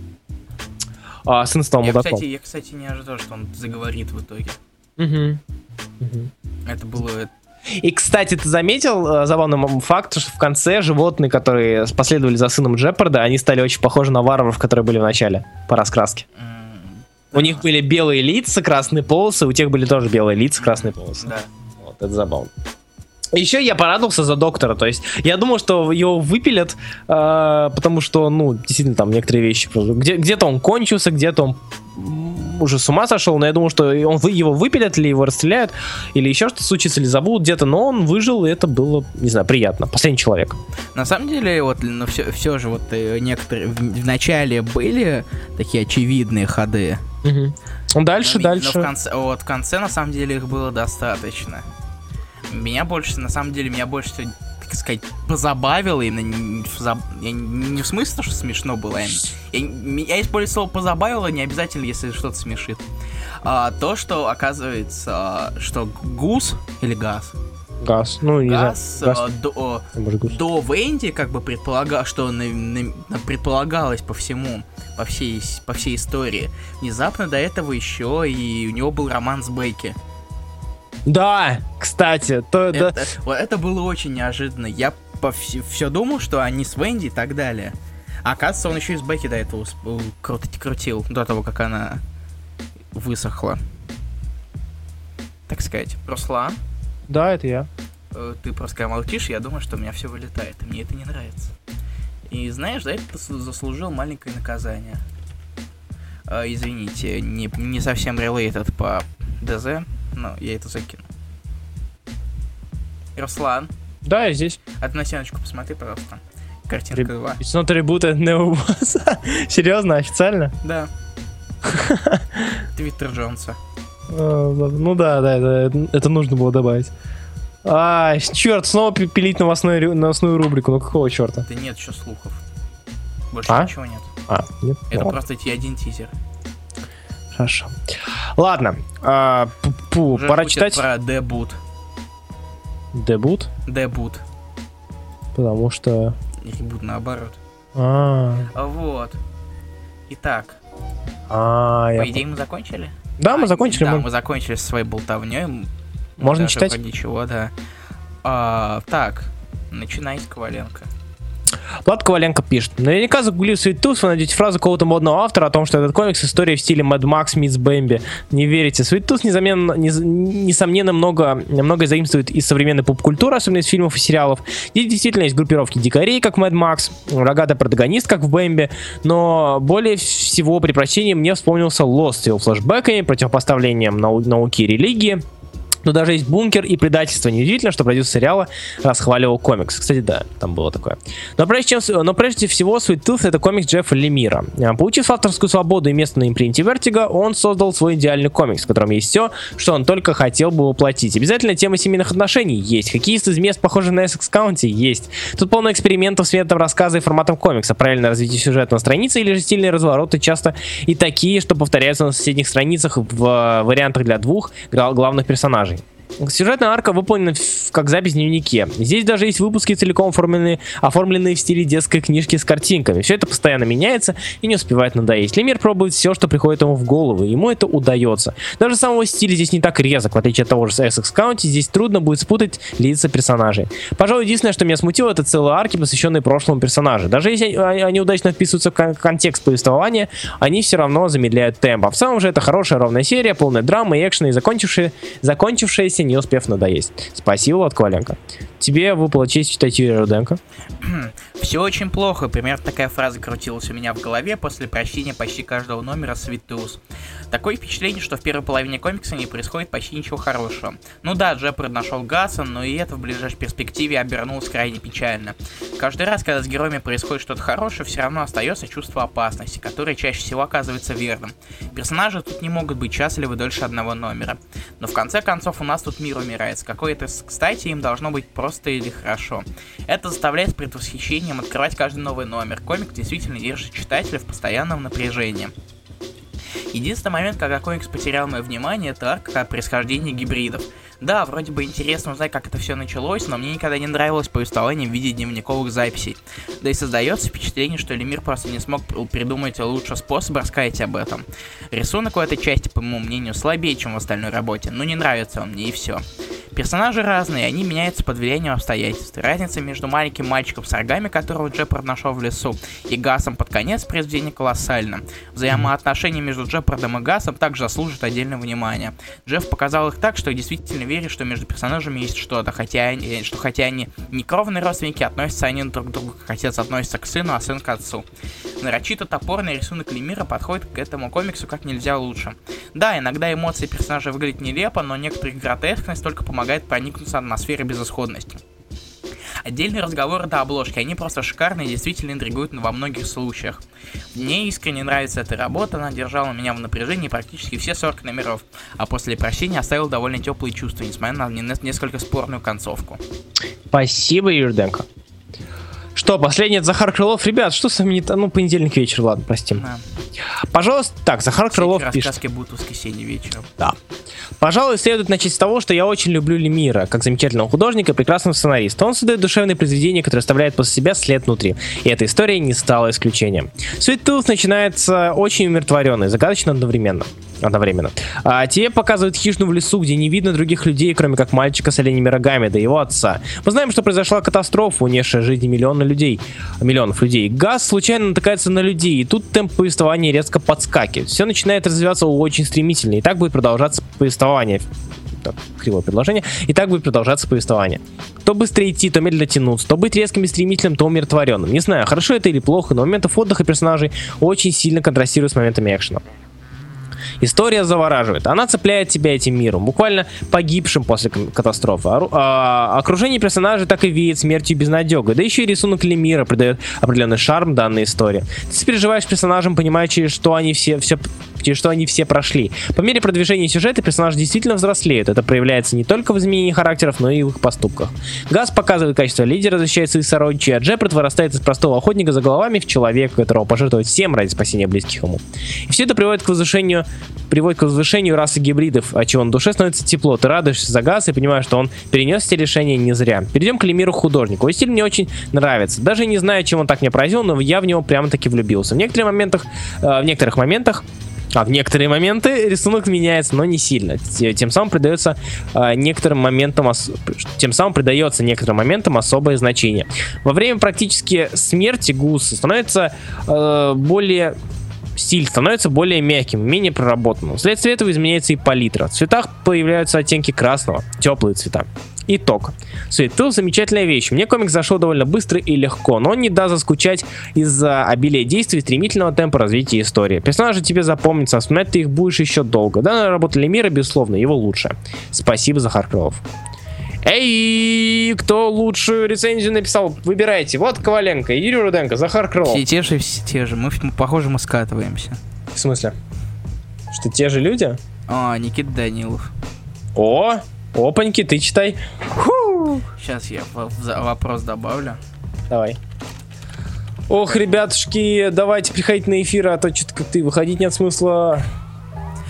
А, сын стал я, мудаком. Кстати, я, кстати, не ожидал, что он заговорит в итоге. Угу. Угу. Это было... И, кстати, ты заметил э, забавный факт, что в конце животные, которые последовали за сыном Джепарда, они стали очень похожи на варваров, которые были в начале по раскраске. Mm, у да. них были белые лица, красные полосы, у тех были тоже белые лица, красные полосы. Да. Вот, это забавно. Еще я порадовался за доктора, то есть я думал, что его выпилят, э, потому что, ну, действительно, там некоторые вещи, где- где-то он кончился, где-то он уже с ума сошел, но я думал, что он, его выпилят, или его расстреляют, или еще что-то случится, или забудут где-то, но он выжил, и это было, не знаю, приятно. Последний человек. На самом деле, вот, ну, все, все же, вот, некоторые в, в начале были такие очевидные ходы. Угу. Дальше, но, дальше. Но в конце, вот, в конце, на самом деле, их было достаточно. Меня больше, на самом деле, меня больше всего, так сказать, позабавило, именно не, не, не в смысле, что смешно было, я, я, я использую слово позабавило, не обязательно, если что-то смешит. А, то, что, оказывается, что Гус, или Гас? Гас, ну, не Гас, знаю. Гас. До, до Венди, как бы, предполагал, что на, на, предполагалось по всему, по всей, по всей истории. Внезапно до этого еще и у него был роман с Бекки. Да, кстати, то это, да. Вот это было очень неожиданно. Я по все, все думал, что они с Венди и так далее. А оказывается, он еще и с Бекки до этого крутить крутил, до того, как она высохла. Так сказать. Руслан? Да, это я. Ты просто молчишь, я думаю, что у меня все вылетает, и мне это не нравится. И знаешь, за это ты заслужил маленькое наказание. А, извините, не, не совсем related по ДЗ. Ну, я это закину. Руслан. Да, я здесь. А ты на стеночку посмотри, пожалуйста. Картинка два. It's not a reboot at Neo Boss. Серьезно, официально? Да. Твиттер Джонса. Ну да, да, это, это нужно было добавить. А, черт, снова пилить новостную, новостную рубрику. Ну какого черта? Да нет еще слухов. Больше а? ничего нет. А, нет. Это ну. просто один тизер. Хорошо. Ладно. А, пу, уже пора читать. Про дебут. Дебут? Дебут. Потому что... Ребут наоборот. А. Вот. Итак. А, по я... идее мы закончили? Да, мы закончили. Да, мы, мы закончили со своей болтовней. Можно читать? Ничего, да. А, так, начинай с Коваленко. Влад Коваленко пишет. Наверняка загуглив Sweet Tooth, вы найдете фразу какого-то модного автора о том, что этот комикс — история в стиле Mad Max meets Bambi. Не верите. Sweet Tooth, несомненно, несомненно много, многое заимствует из современной поп-культуры, особенно из фильмов и сериалов. Здесь действительно есть группировки дикарей, как в Mad Max, рогатый протагонист, как в Бэмби, но более всего при прочтении мне вспомнился Lost с его флешбэками, противопоставлением нау- науки и религии. Но даже есть бункер и предательство. Неудивительно, что продюсер сериала расхваливал комикс. Кстати, да, там было такое. Но прежде, чем, но прежде всего, Sweet Tooth — это комикс Джеффа Лемира. Получив авторскую свободу и место на импринте Vertigo, он создал свой идеальный комикс, в котором есть все, что он только хотел бы воплотить. Обязательно тема семейных отношений есть. Хоккеист из мест, похожий на Эссекс Каунти, есть. Тут полно экспериментов с методом рассказа и форматом комикса. Правильное развитие сюжета на странице или же стильные развороты, часто и такие, что повторяются на соседних страницах в вариантах для двух главных персонажей. Сюжетная арка выполнена как запись в дневнике. Здесь даже есть выпуски, целиком оформленные, оформленные в стиле детской книжки с картинками. Все это постоянно меняется и не успевает надоесть. Лемир пробует все, что приходит ему в голову, и ему это удается. Даже самого стиля здесь не так резок, в отличие от того же Essex County, здесь трудно будет спутать лица персонажей. Пожалуй, единственное, что меня смутило, это целые арки, посвященные прошлому персонажу. Даже если они удачно вписываются в контекст повествования, они все равно замедляют темп. А в целом же это хорошая ровная серия, полная драмы и экшена, и закончившая, закончившаяся, не успев надоесть. Спасибо, Влад Коваленко. Тебе выпала честь читать Юрия Руденко. Все очень плохо. Примерно такая фраза крутилась у меня в голове после прочтения почти каждого номера Sweet Tooth. Такое впечатление, что в первой половине комикса не происходит почти ничего хорошего. Ну да, Джепард нашел Гаса, но и это в ближайшей перспективе обернулось крайне печально. Каждый раз, когда с героями происходит что-то хорошее, все равно остается чувство опасности, которое чаще всего оказывается верным. Персонажи тут не могут быть счастливы дольше одного номера. Но в конце концов у нас тут мир умирает. С какой-то кстати им должно быть просто или хорошо. Это заставляет с предвосхищением открывать каждый новый номер. Комик действительно держит читателя в постоянном напряжении. Единственный момент, когда комикс потерял мое внимание, это арка о происхождении гибридов. Да, вроде бы интересно узнать, как это все началось, но мне никогда не нравилось повествование в виде дневниковых записей. Да и создается впечатление, что Лемир просто не смог придумать лучший способ рассказать об этом. Рисунок в этой части, по моему мнению, слабее, чем в остальной работе, но не нравится он мне и все. Персонажи разные, они меняются под влиянием обстоятельств. Разница между маленьким мальчиком с рогами, которого Джепард нашел в лесу, и Гасом под конец произведения колоссальна. Взаимоотношения между Джепардом и Гасом также заслуживают отдельного внимания. Джефф показал их так, что я действительно верю, что между персонажами есть что-то, хотя они, что хотя они не кровные родственники, относятся они друг к другу, как отец относится к сыну, а сын к отцу. Нарочито топорный рисунок Лемира подходит к этому комиксу как нельзя лучше. Да, иногда эмоции персонажа выглядят нелепо, но некоторая гротескность только помогает проникнуться атмосфере безысходности. Отдельные разговоры до обложки, они просто шикарные и действительно интригуют во многих случаях. Мне искренне нравится эта работа, она держала меня в напряжении практически все сорок номеров, а после прощения оставил довольно теплые чувства, несмотря на несколько спорную концовку. Спасибо, Юрденко. Что, последний от Захар Крылов. Ребят, что с вами не то? Ну, понедельник вечер, ладно, простим. Да. Пожалуйста, так, Захар Все Крылов пишет. Рассказки будут в воскресенье вечером. Да. Пожалуй, следует начать с того, что я очень люблю Лемира, как замечательного художника и прекрасного сценариста. Он создает душевные произведения, которые оставляют после себя след внутри. И эта история не стала исключением. Sweet Tooth начинается очень умиротворенно и загадочно одновременно. Одновременно. А тебе показывают хижину в лесу, где не видно других людей, кроме как мальчика с оленями рогами, да его отца. Мы знаем, что произошла катастрофа, унесшая жизни миллиона людей, миллионов людей. Гас случайно натыкается на людей, и тут темп повествования резко подскакивает. Все начинает развиваться очень стремительно, и так будет продолжаться повествование. Так, кривое предложение. И так будет продолжаться повествование. То быстро идти, то медленно тянуться, то быть резким и стремительным, то умиротворенным. Не знаю, хорошо это или плохо, но моментов отдыха персонажей очень сильно контрастирует с моментами экшена. История завораживает. Она цепляет тебя этим миром, буквально погибшим после катастрофы. А, а, окружение персонажей так и веет смертью и безнадегой. Да еще и рисунок Лемира придает определенный шарм данной истории. Ты переживаешь персонажам, понимая, через что они все, все, через что они все прошли. По мере продвижения сюжета персонажи действительно взрослеют. Это проявляется не только в изменении характеров, но и в их поступках. Гас показывает качество лидера, защищает своих сородичей, а Джепард вырастает из простого охотника за головами в человека, которого пожертвует всем ради спасения близких ему. И все это приводит к возвышению приводит к возвышению расы гибридов, от чего на душе становится тепло. Ты радуешься за Гаса и понимаешь, что он перенес все решения не зря. Перейдем к Лемиру художнику. Его стиль мне очень нравится. Даже не знаю, чем он так меня поразил, но я в него прямо-таки влюбился. В некоторых моментах, э, в некоторых моментах А в некоторые моменты рисунок меняется, но не сильно. Тем самым придается э, некоторым моментам, ос... тем самым придается некоторым моментам особое значение. Во время практически смерти Гуса становится э, более стиль становится более мягким, менее проработанным. Вследствие этого изменяется и палитра. В цветах появляются оттенки красного, теплые цвета. Итог. Sweet Tooth замечательная вещь. Мне комикс зашел довольно быстро и легко, но он не даст заскучать из-за обилия действий и стремительного темпа развития истории. Персонажи тебе запомнятся, а вспоминать ты их будешь еще долго. Данная работа Лемира, безусловно, его лучшая. Спасибо, Захар Крылов. Эй, кто лучшую рецензию написал? Выбирайте. Вот Коваленко, Юрий Руденко, Захар Крылов. Все те же, все те же. Мы, похоже, мы скатываемся. В смысле? Что, те же люди? А, Никита Данилов. О, опаньки, ты читай. Фу. Сейчас я вопрос добавлю. Давай. Ох, ребятушки, давайте приходите на эфир, а то что-то как ты выходить нет смысла.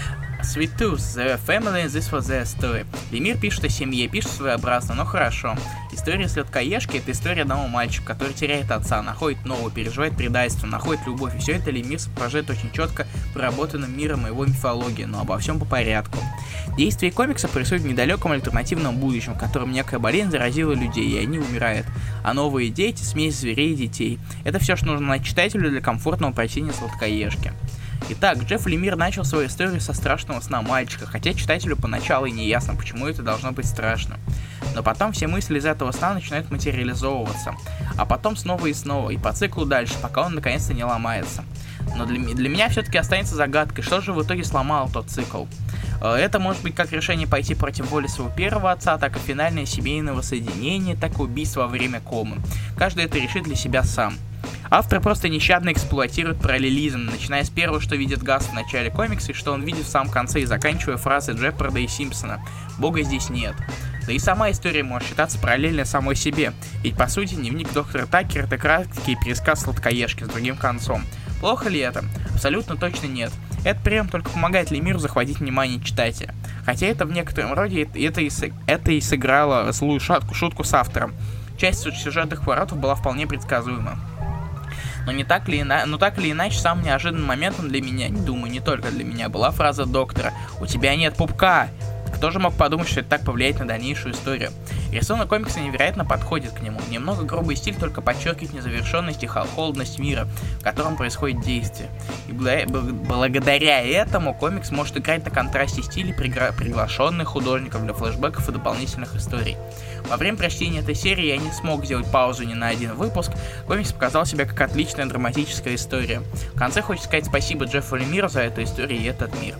Sweet Tooth, The Family, This Was Their Story. Лемир пишет о семье, пишет своеобразно, но хорошо. История сладкоежки — это история одного мальчика, который теряет отца, находит нового, переживает предательство, находит любовь. И все это Лемир сопровождает очень четко проработанным миром и его мифологией, но обо всем по порядку. Действие комикса происходит в недалеком альтернативном будущем, в котором некая болезнь заразила людей, и они умирают. А новые дети — смесь зверей и детей. Это все, что нужно читателю для комфортного прочтения сладкоежки. Итак, Джефф Лемир начал свою историю со страшного сна мальчика, хотя читателю поначалу и не ясно, почему это должно быть страшно. Но потом все мысли из этого сна начинают материализовываться, а потом снова и снова, и по циклу дальше, пока он наконец-то не ломается. Но для, для меня все-таки останется загадкой, что же в итоге сломало тот цикл. Это может быть как решение пойти против воли своего первого отца, так и финальное семейное воссоединение, так и убийство во время комы. Каждый это решит для себя сам. Автор просто нещадно эксплуатирует параллелизм, начиная с первого, что видит Гас в начале комикса, и что он видит в самом конце, и заканчивая фразой Джеффорда и Симпсона: «Бога здесь нет». Да и сама история может считаться параллельной самой себе, ведь по сути дневник доктора Такера — это краткий пересказ сладкоежки с другим концом. Плохо ли это? Абсолютно точно нет. Этот прием только помогает Лемиру захватить внимание читателя. Хотя это в некотором роде это и, это и сыграло злую шутку, шутку с автором. Часть сюжетных поворотов была вполне предсказуема. Но не так ли ина... но так или иначе, самым неожиданным моментом для меня, не думаю, не только для меня, была фраза доктора: «У тебя нет пупка». Кто же мог подумать, что это так повлияет на дальнейшую историю? Рисунок комикса невероятно подходит к нему. Немного грубый стиль только подчеркивает незавершенность и холодность мира, в котором происходит действие. И благодаря этому комикс может играть на контрасте стилей пригла... приглашенных художников для флешбеков и дополнительных историй. Во время прочтения этой серии я не смог сделать паузу ни на один выпуск. Комикс показал себя как отличная драматическая история. В конце хочется сказать спасибо Джеффу Лемиру за эту историю и этот мир.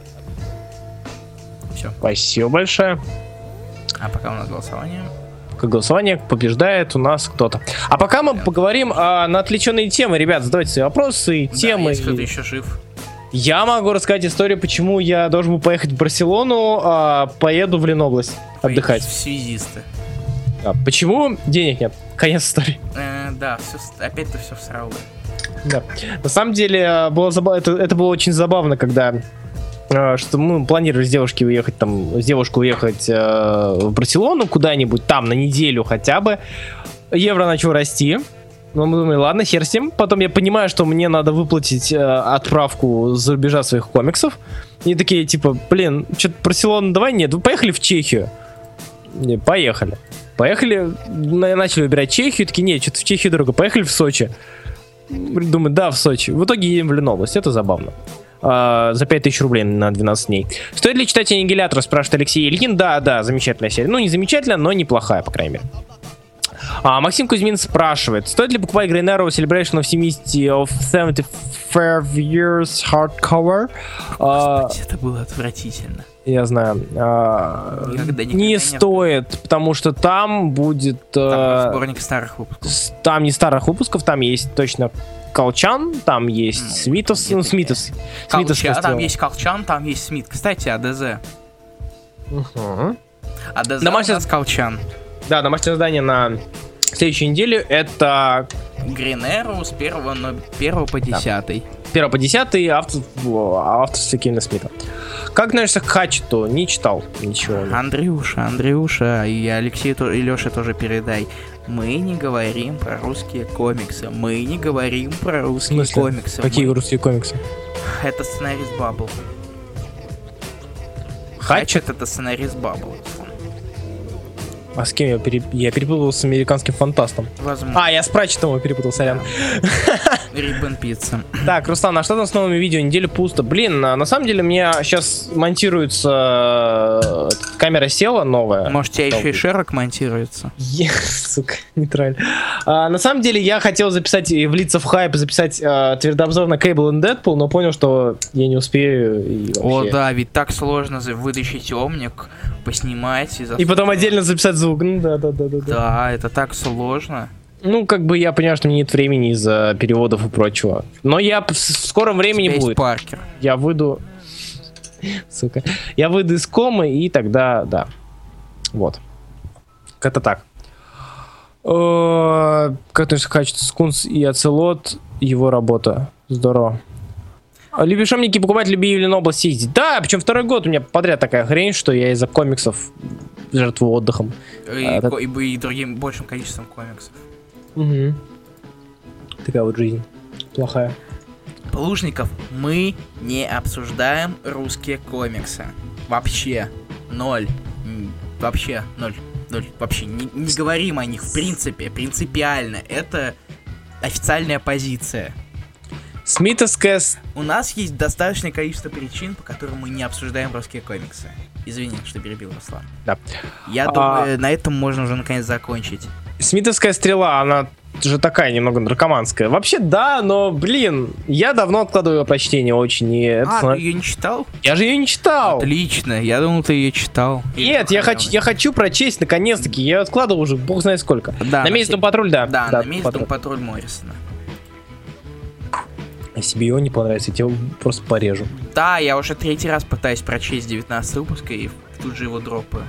Все. Спасибо большое. А пока у нас голосование. Как голосование побеждает у нас кто-то. А пока мы да. поговорим а, на отвлеченные темы. Ребят, задавайте свои вопросы, да, темы. Если кто-то еще жив. Я могу рассказать историю, почему я должен был поехать в Барселону, а поеду в Ленобласть отдыхать. Связисты. А, почему? Денег нет. Конец истории. Э, да, все, опять-то все всрало. Да. На самом деле, было забав... это, это было очень забавно, когда что мы планировали с девушкой уехать там, с девушкой уехать э, в Барселону куда-нибудь там на неделю хотя бы. Евро начал расти. Но мы думали, ладно, хер с ним. Потом я понимаю, что мне надо выплатить э, отправку за рубежа своих комиксов. И такие, типа, блин, что-то Барселона давай нет, вы поехали в Чехию. Не, поехали. Поехали, начали выбирать Чехию. Такие, нет, что-то в Чехию дорого. Поехали в Сочи. Думаю, да, в Сочи. В итоге едем в Ленобласть, это забавно. Uh, за пять тысяч рублей на двенадцать дней. Стоит ли читать «Аннигилятор», спрашивает Алексей Ильин. Да, да, замечательная серия. Ну, не замечательная, но неплохая, по крайней мере. Uh, Максим Кузьмин спрашивает: стоит ли покупать Green Arrow Celebration of семьдесят of seventy-five years hardcover? Господи, uh, это было отвратительно. Я знаю. Uh, никогда, никогда не, не стоит, потому что там будет... Там uh, сборник старых выпусков. Там не старых выпусков, там есть точно... Колчан, там есть ну, Смитос, ну, Смитос. Смитос там есть Колчан, там есть Смит. Кстати, АДЗ. Угу. АДЗ домашнее... у нас Колчан. Да, домашнее задание на следующей неделе это... Green Arrow с первого, но первого по десятый. Да. первого по десятый автор... авторство Кевина Смита. Как относишься к Хатчету? Не читал ничего. Андрюша, Андрюша, и Алексею и Леше тоже передай. Мы не говорим про русские комиксы. Мы не говорим про русские комиксы. Какие Мы... русские комиксы? Это сценарист Баббл. Хатчет это сценарист Баббл. А с кем я, переп... я перепутал с американским фантастом? Возможно. А, я с Пратчетом его перепутал, сорян. Риббен Пицца. Так, Руслан, а что там с новыми видео? Неделю пусто. Блин, на самом деле у меня сейчас монтируется... Камера села новая. Может, у тебя еще и Шерлок монтируется? Я, сука, нейтрально. А, на самом деле я хотел записать, влиться в хайп, записать а, твердообзор на Cable and Deadpool, но понял, что я не успею. И О, да, ведь так сложно вытащить омник, поснимать и... И потом отдельно записать звук. Ну да, да, да, да. Да, это так сложно. Ну, как бы я понимаю, что мне нет времени из-за переводов и прочего. Но я в скором времени будет. Паркер. Я выйду... Сука. Я выйду из комы, и тогда, да. Вот. Как-то так. Как относишься к качеству Скунс и Оцелот, его работа? Здорово. Любишь омники покупать, люби Юлин область ездить. Да, причем второй год у меня подряд такая хрень, что я из-за комиксов жертвую отдыхом. И, а, и, и, и другим большим количеством комиксов. Угу. Такая вот жизнь. Плохая. Плужников, мы не обсуждаем русские комиксы. Вообще. Ноль. Вообще. Ноль. Ноль. Вообще. Не, не говорим о них в принципе. Принципиально. Это официальная позиция. Смитовская... У нас есть достаточное количество причин, по которым мы не обсуждаем русские комиксы. Извини, что перебил, Руслан. Да. Я а... думаю, на этом можно уже наконец закончить. Смитовская стрела, она же такая немного наркоманская. Вообще да, но, блин, я давно откладываю ее прочтение очень. И это... А, ты ее не читал? Я же ее не читал. Отлично, я думал, ты ее читал. Нет, я хочу, я хочу прочесть наконец-таки. Я откладывал уже бог знает сколько. Да, на месяц Дом Патруль, да. Да, да на месяц Дом Патруль Моррисона. Если тебе его не понравится, я тебя просто порежу. Да, я уже третий раз пытаюсь прочесть девятнадцатый выпуск и тут же его дропаю.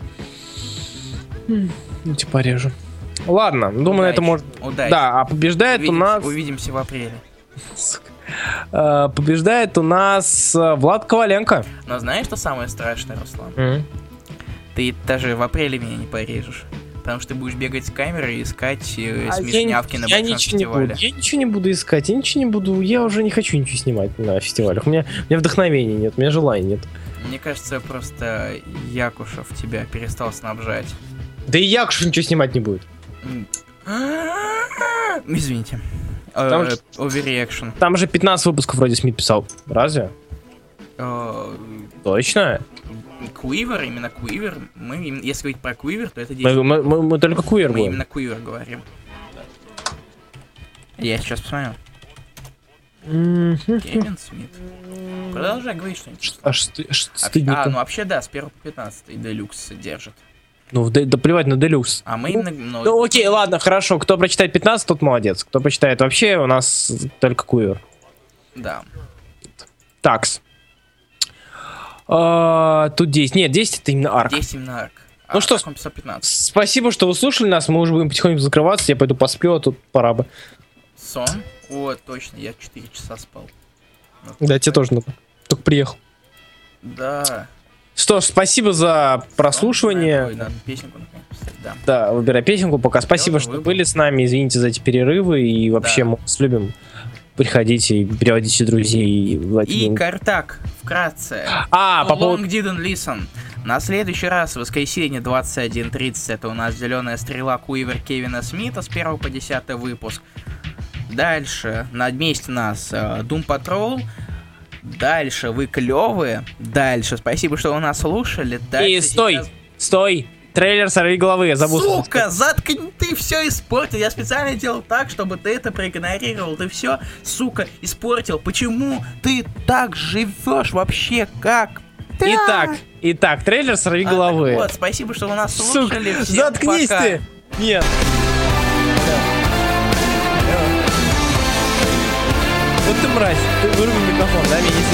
Ну, тебя порежу. Ладно, думаю, Удачи. это может... Удачи. Да, а побеждает увидимся, у нас... Увидимся в апреле. Uh, побеждает у нас uh, Влад Коваленко. Но знаешь, что самое страшное, Руслан? Mm-hmm. Ты даже в апреле меня не порежешь. Потому что ты будешь бегать с камерой и искать э, а смешнявки я, на я большом ничего фестивале. Не буду, я ничего не буду искать, я ничего не буду, я уже не хочу ничего снимать на фестивалях. У меня, у меня вдохновения нет, у меня желания нет. Мне кажется, просто Якушев тебя перестал снабжать. Да и Якушев ничего снимать не будет. Извините. Там, uh, Overreaction. Там же пятнадцать выпусков вроде Смит писал. Разве? Uh, Точно? Куивер, именно Куивер. Мы, если говорить про Куивер, то это десять. Мы, мы, мы, мы только Куивер Мы будем. именно Куивер говорим. Я сейчас посмотрю. Mm-hmm. Кевин Смит. Продолжай говорить что-нибудь. Аж стыдненько. А, ну вообще да, с первого по пятнадцатый Делюкс держит. Ну, да, да плевать на Делюкс. А мы ну, именно... Ну, ну окей, ладно, хорошо. Кто прочитает пятнадцать, тот молодец. Кто прочитает вообще, у нас только Куивер. Да. Такс. А, тут десять. Нет, десять это именно арк. десять именно арк. А ну что, пятнадцать. Спасибо, что вы слушали нас. Мы уже будем потихоньку закрываться. Я пойду посплю, а тут пора бы. Сон? О, точно, я четыре часа спал. Вот. Да, тебе тоже надо. Только приехал. Да. Что ж, спасибо за прослушивание. Ой, надо песенку наконец писать, да. Да, выбирай песенку. Пока спасибо, что выбор. были с нами. Извините за эти перерывы. И вообще да. мы вас любим. Приходите и переводите друзей. И, и Картак, вкратце. А, по поводу... Long didn't listen. На следующий раз, в воскресенье двадцать один тридцать, это у нас «Зеленая стрела» Куивер Кевина Смита с первого по десятый выпуск. Дальше, на месте нас Doom Patrol. Дальше, вы клевые. Дальше, спасибо, что вы нас слушали. Дальше, и стой, сейчас... стой. Трейлер «Сорви головы», я забыл. Сука, заткни, ты все испортил. Я специально делал так, чтобы ты это проигнорировал. Ты все, сука, испортил. Почему ты так живешь вообще? Как? Да. Итак, итак, трейлер «Сорви головы». А, вот, спасибо, что вы нас слушали. Сука, всем заткнись пока. ты. Нет. Вот ты мразь, ты выруби микрофон, да, меня не...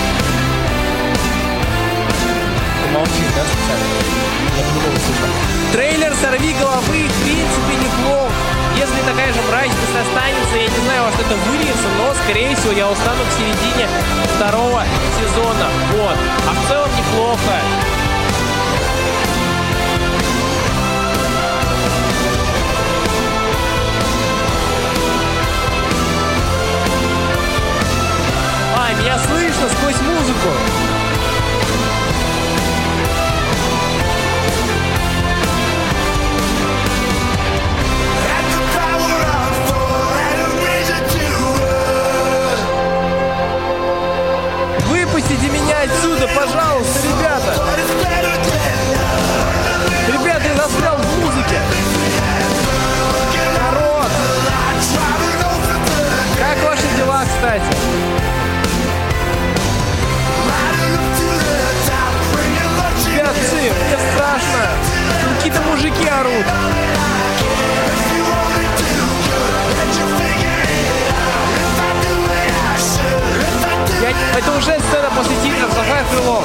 Помолчи, да, специально? Я по-другому слышал. Трейлер «Сорви головы» в принципе неплох. Если такая же мразь пусть останется, я не знаю, во что это выльется, но, скорее всего, я устану к середине второго сезона. Вот. А в целом неплохо. А, меня слышно сквозь музыку. Выпустите меня отсюда, пожалуйста, ребята! Ребята, я застрял в музыке! Народ! Как ваши дела, кстати? Ребятцы, мне страшно! Какие-то мужики орут! Я... Это уже сцена после титров Захар Крылов.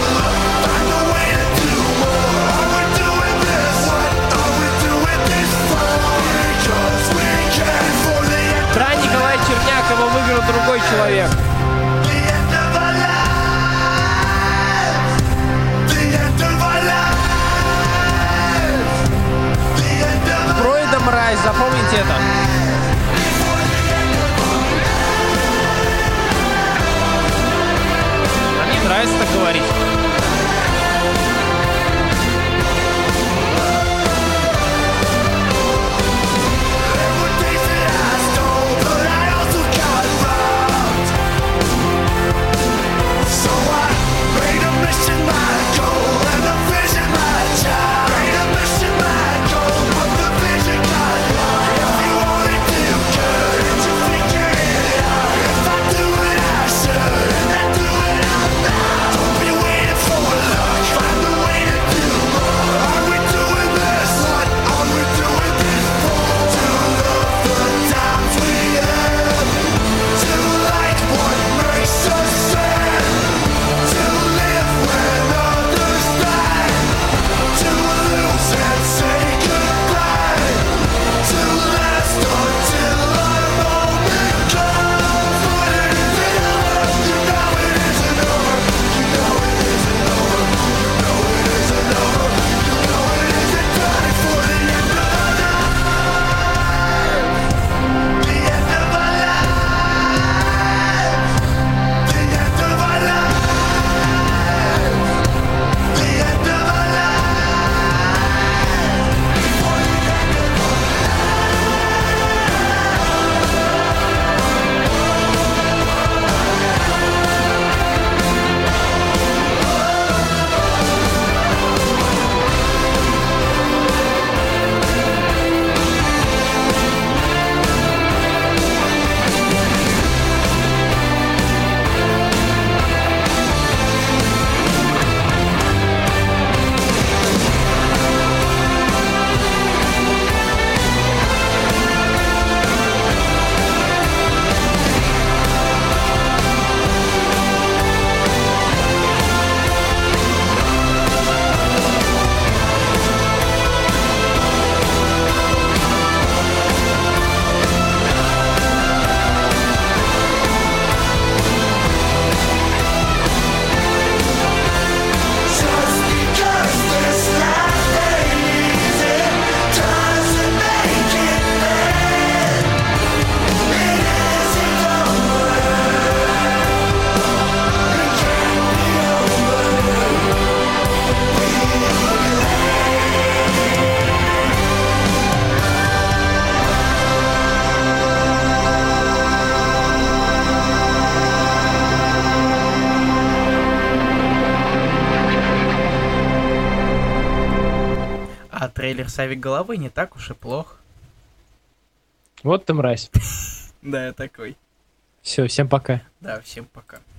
Бран Николай Черняк, его выиграл другой человек. трейлер «Савик головы» не так уж и плох. Вот ты мразь. Да, я такой. Все, всем пока. Да, всем пока.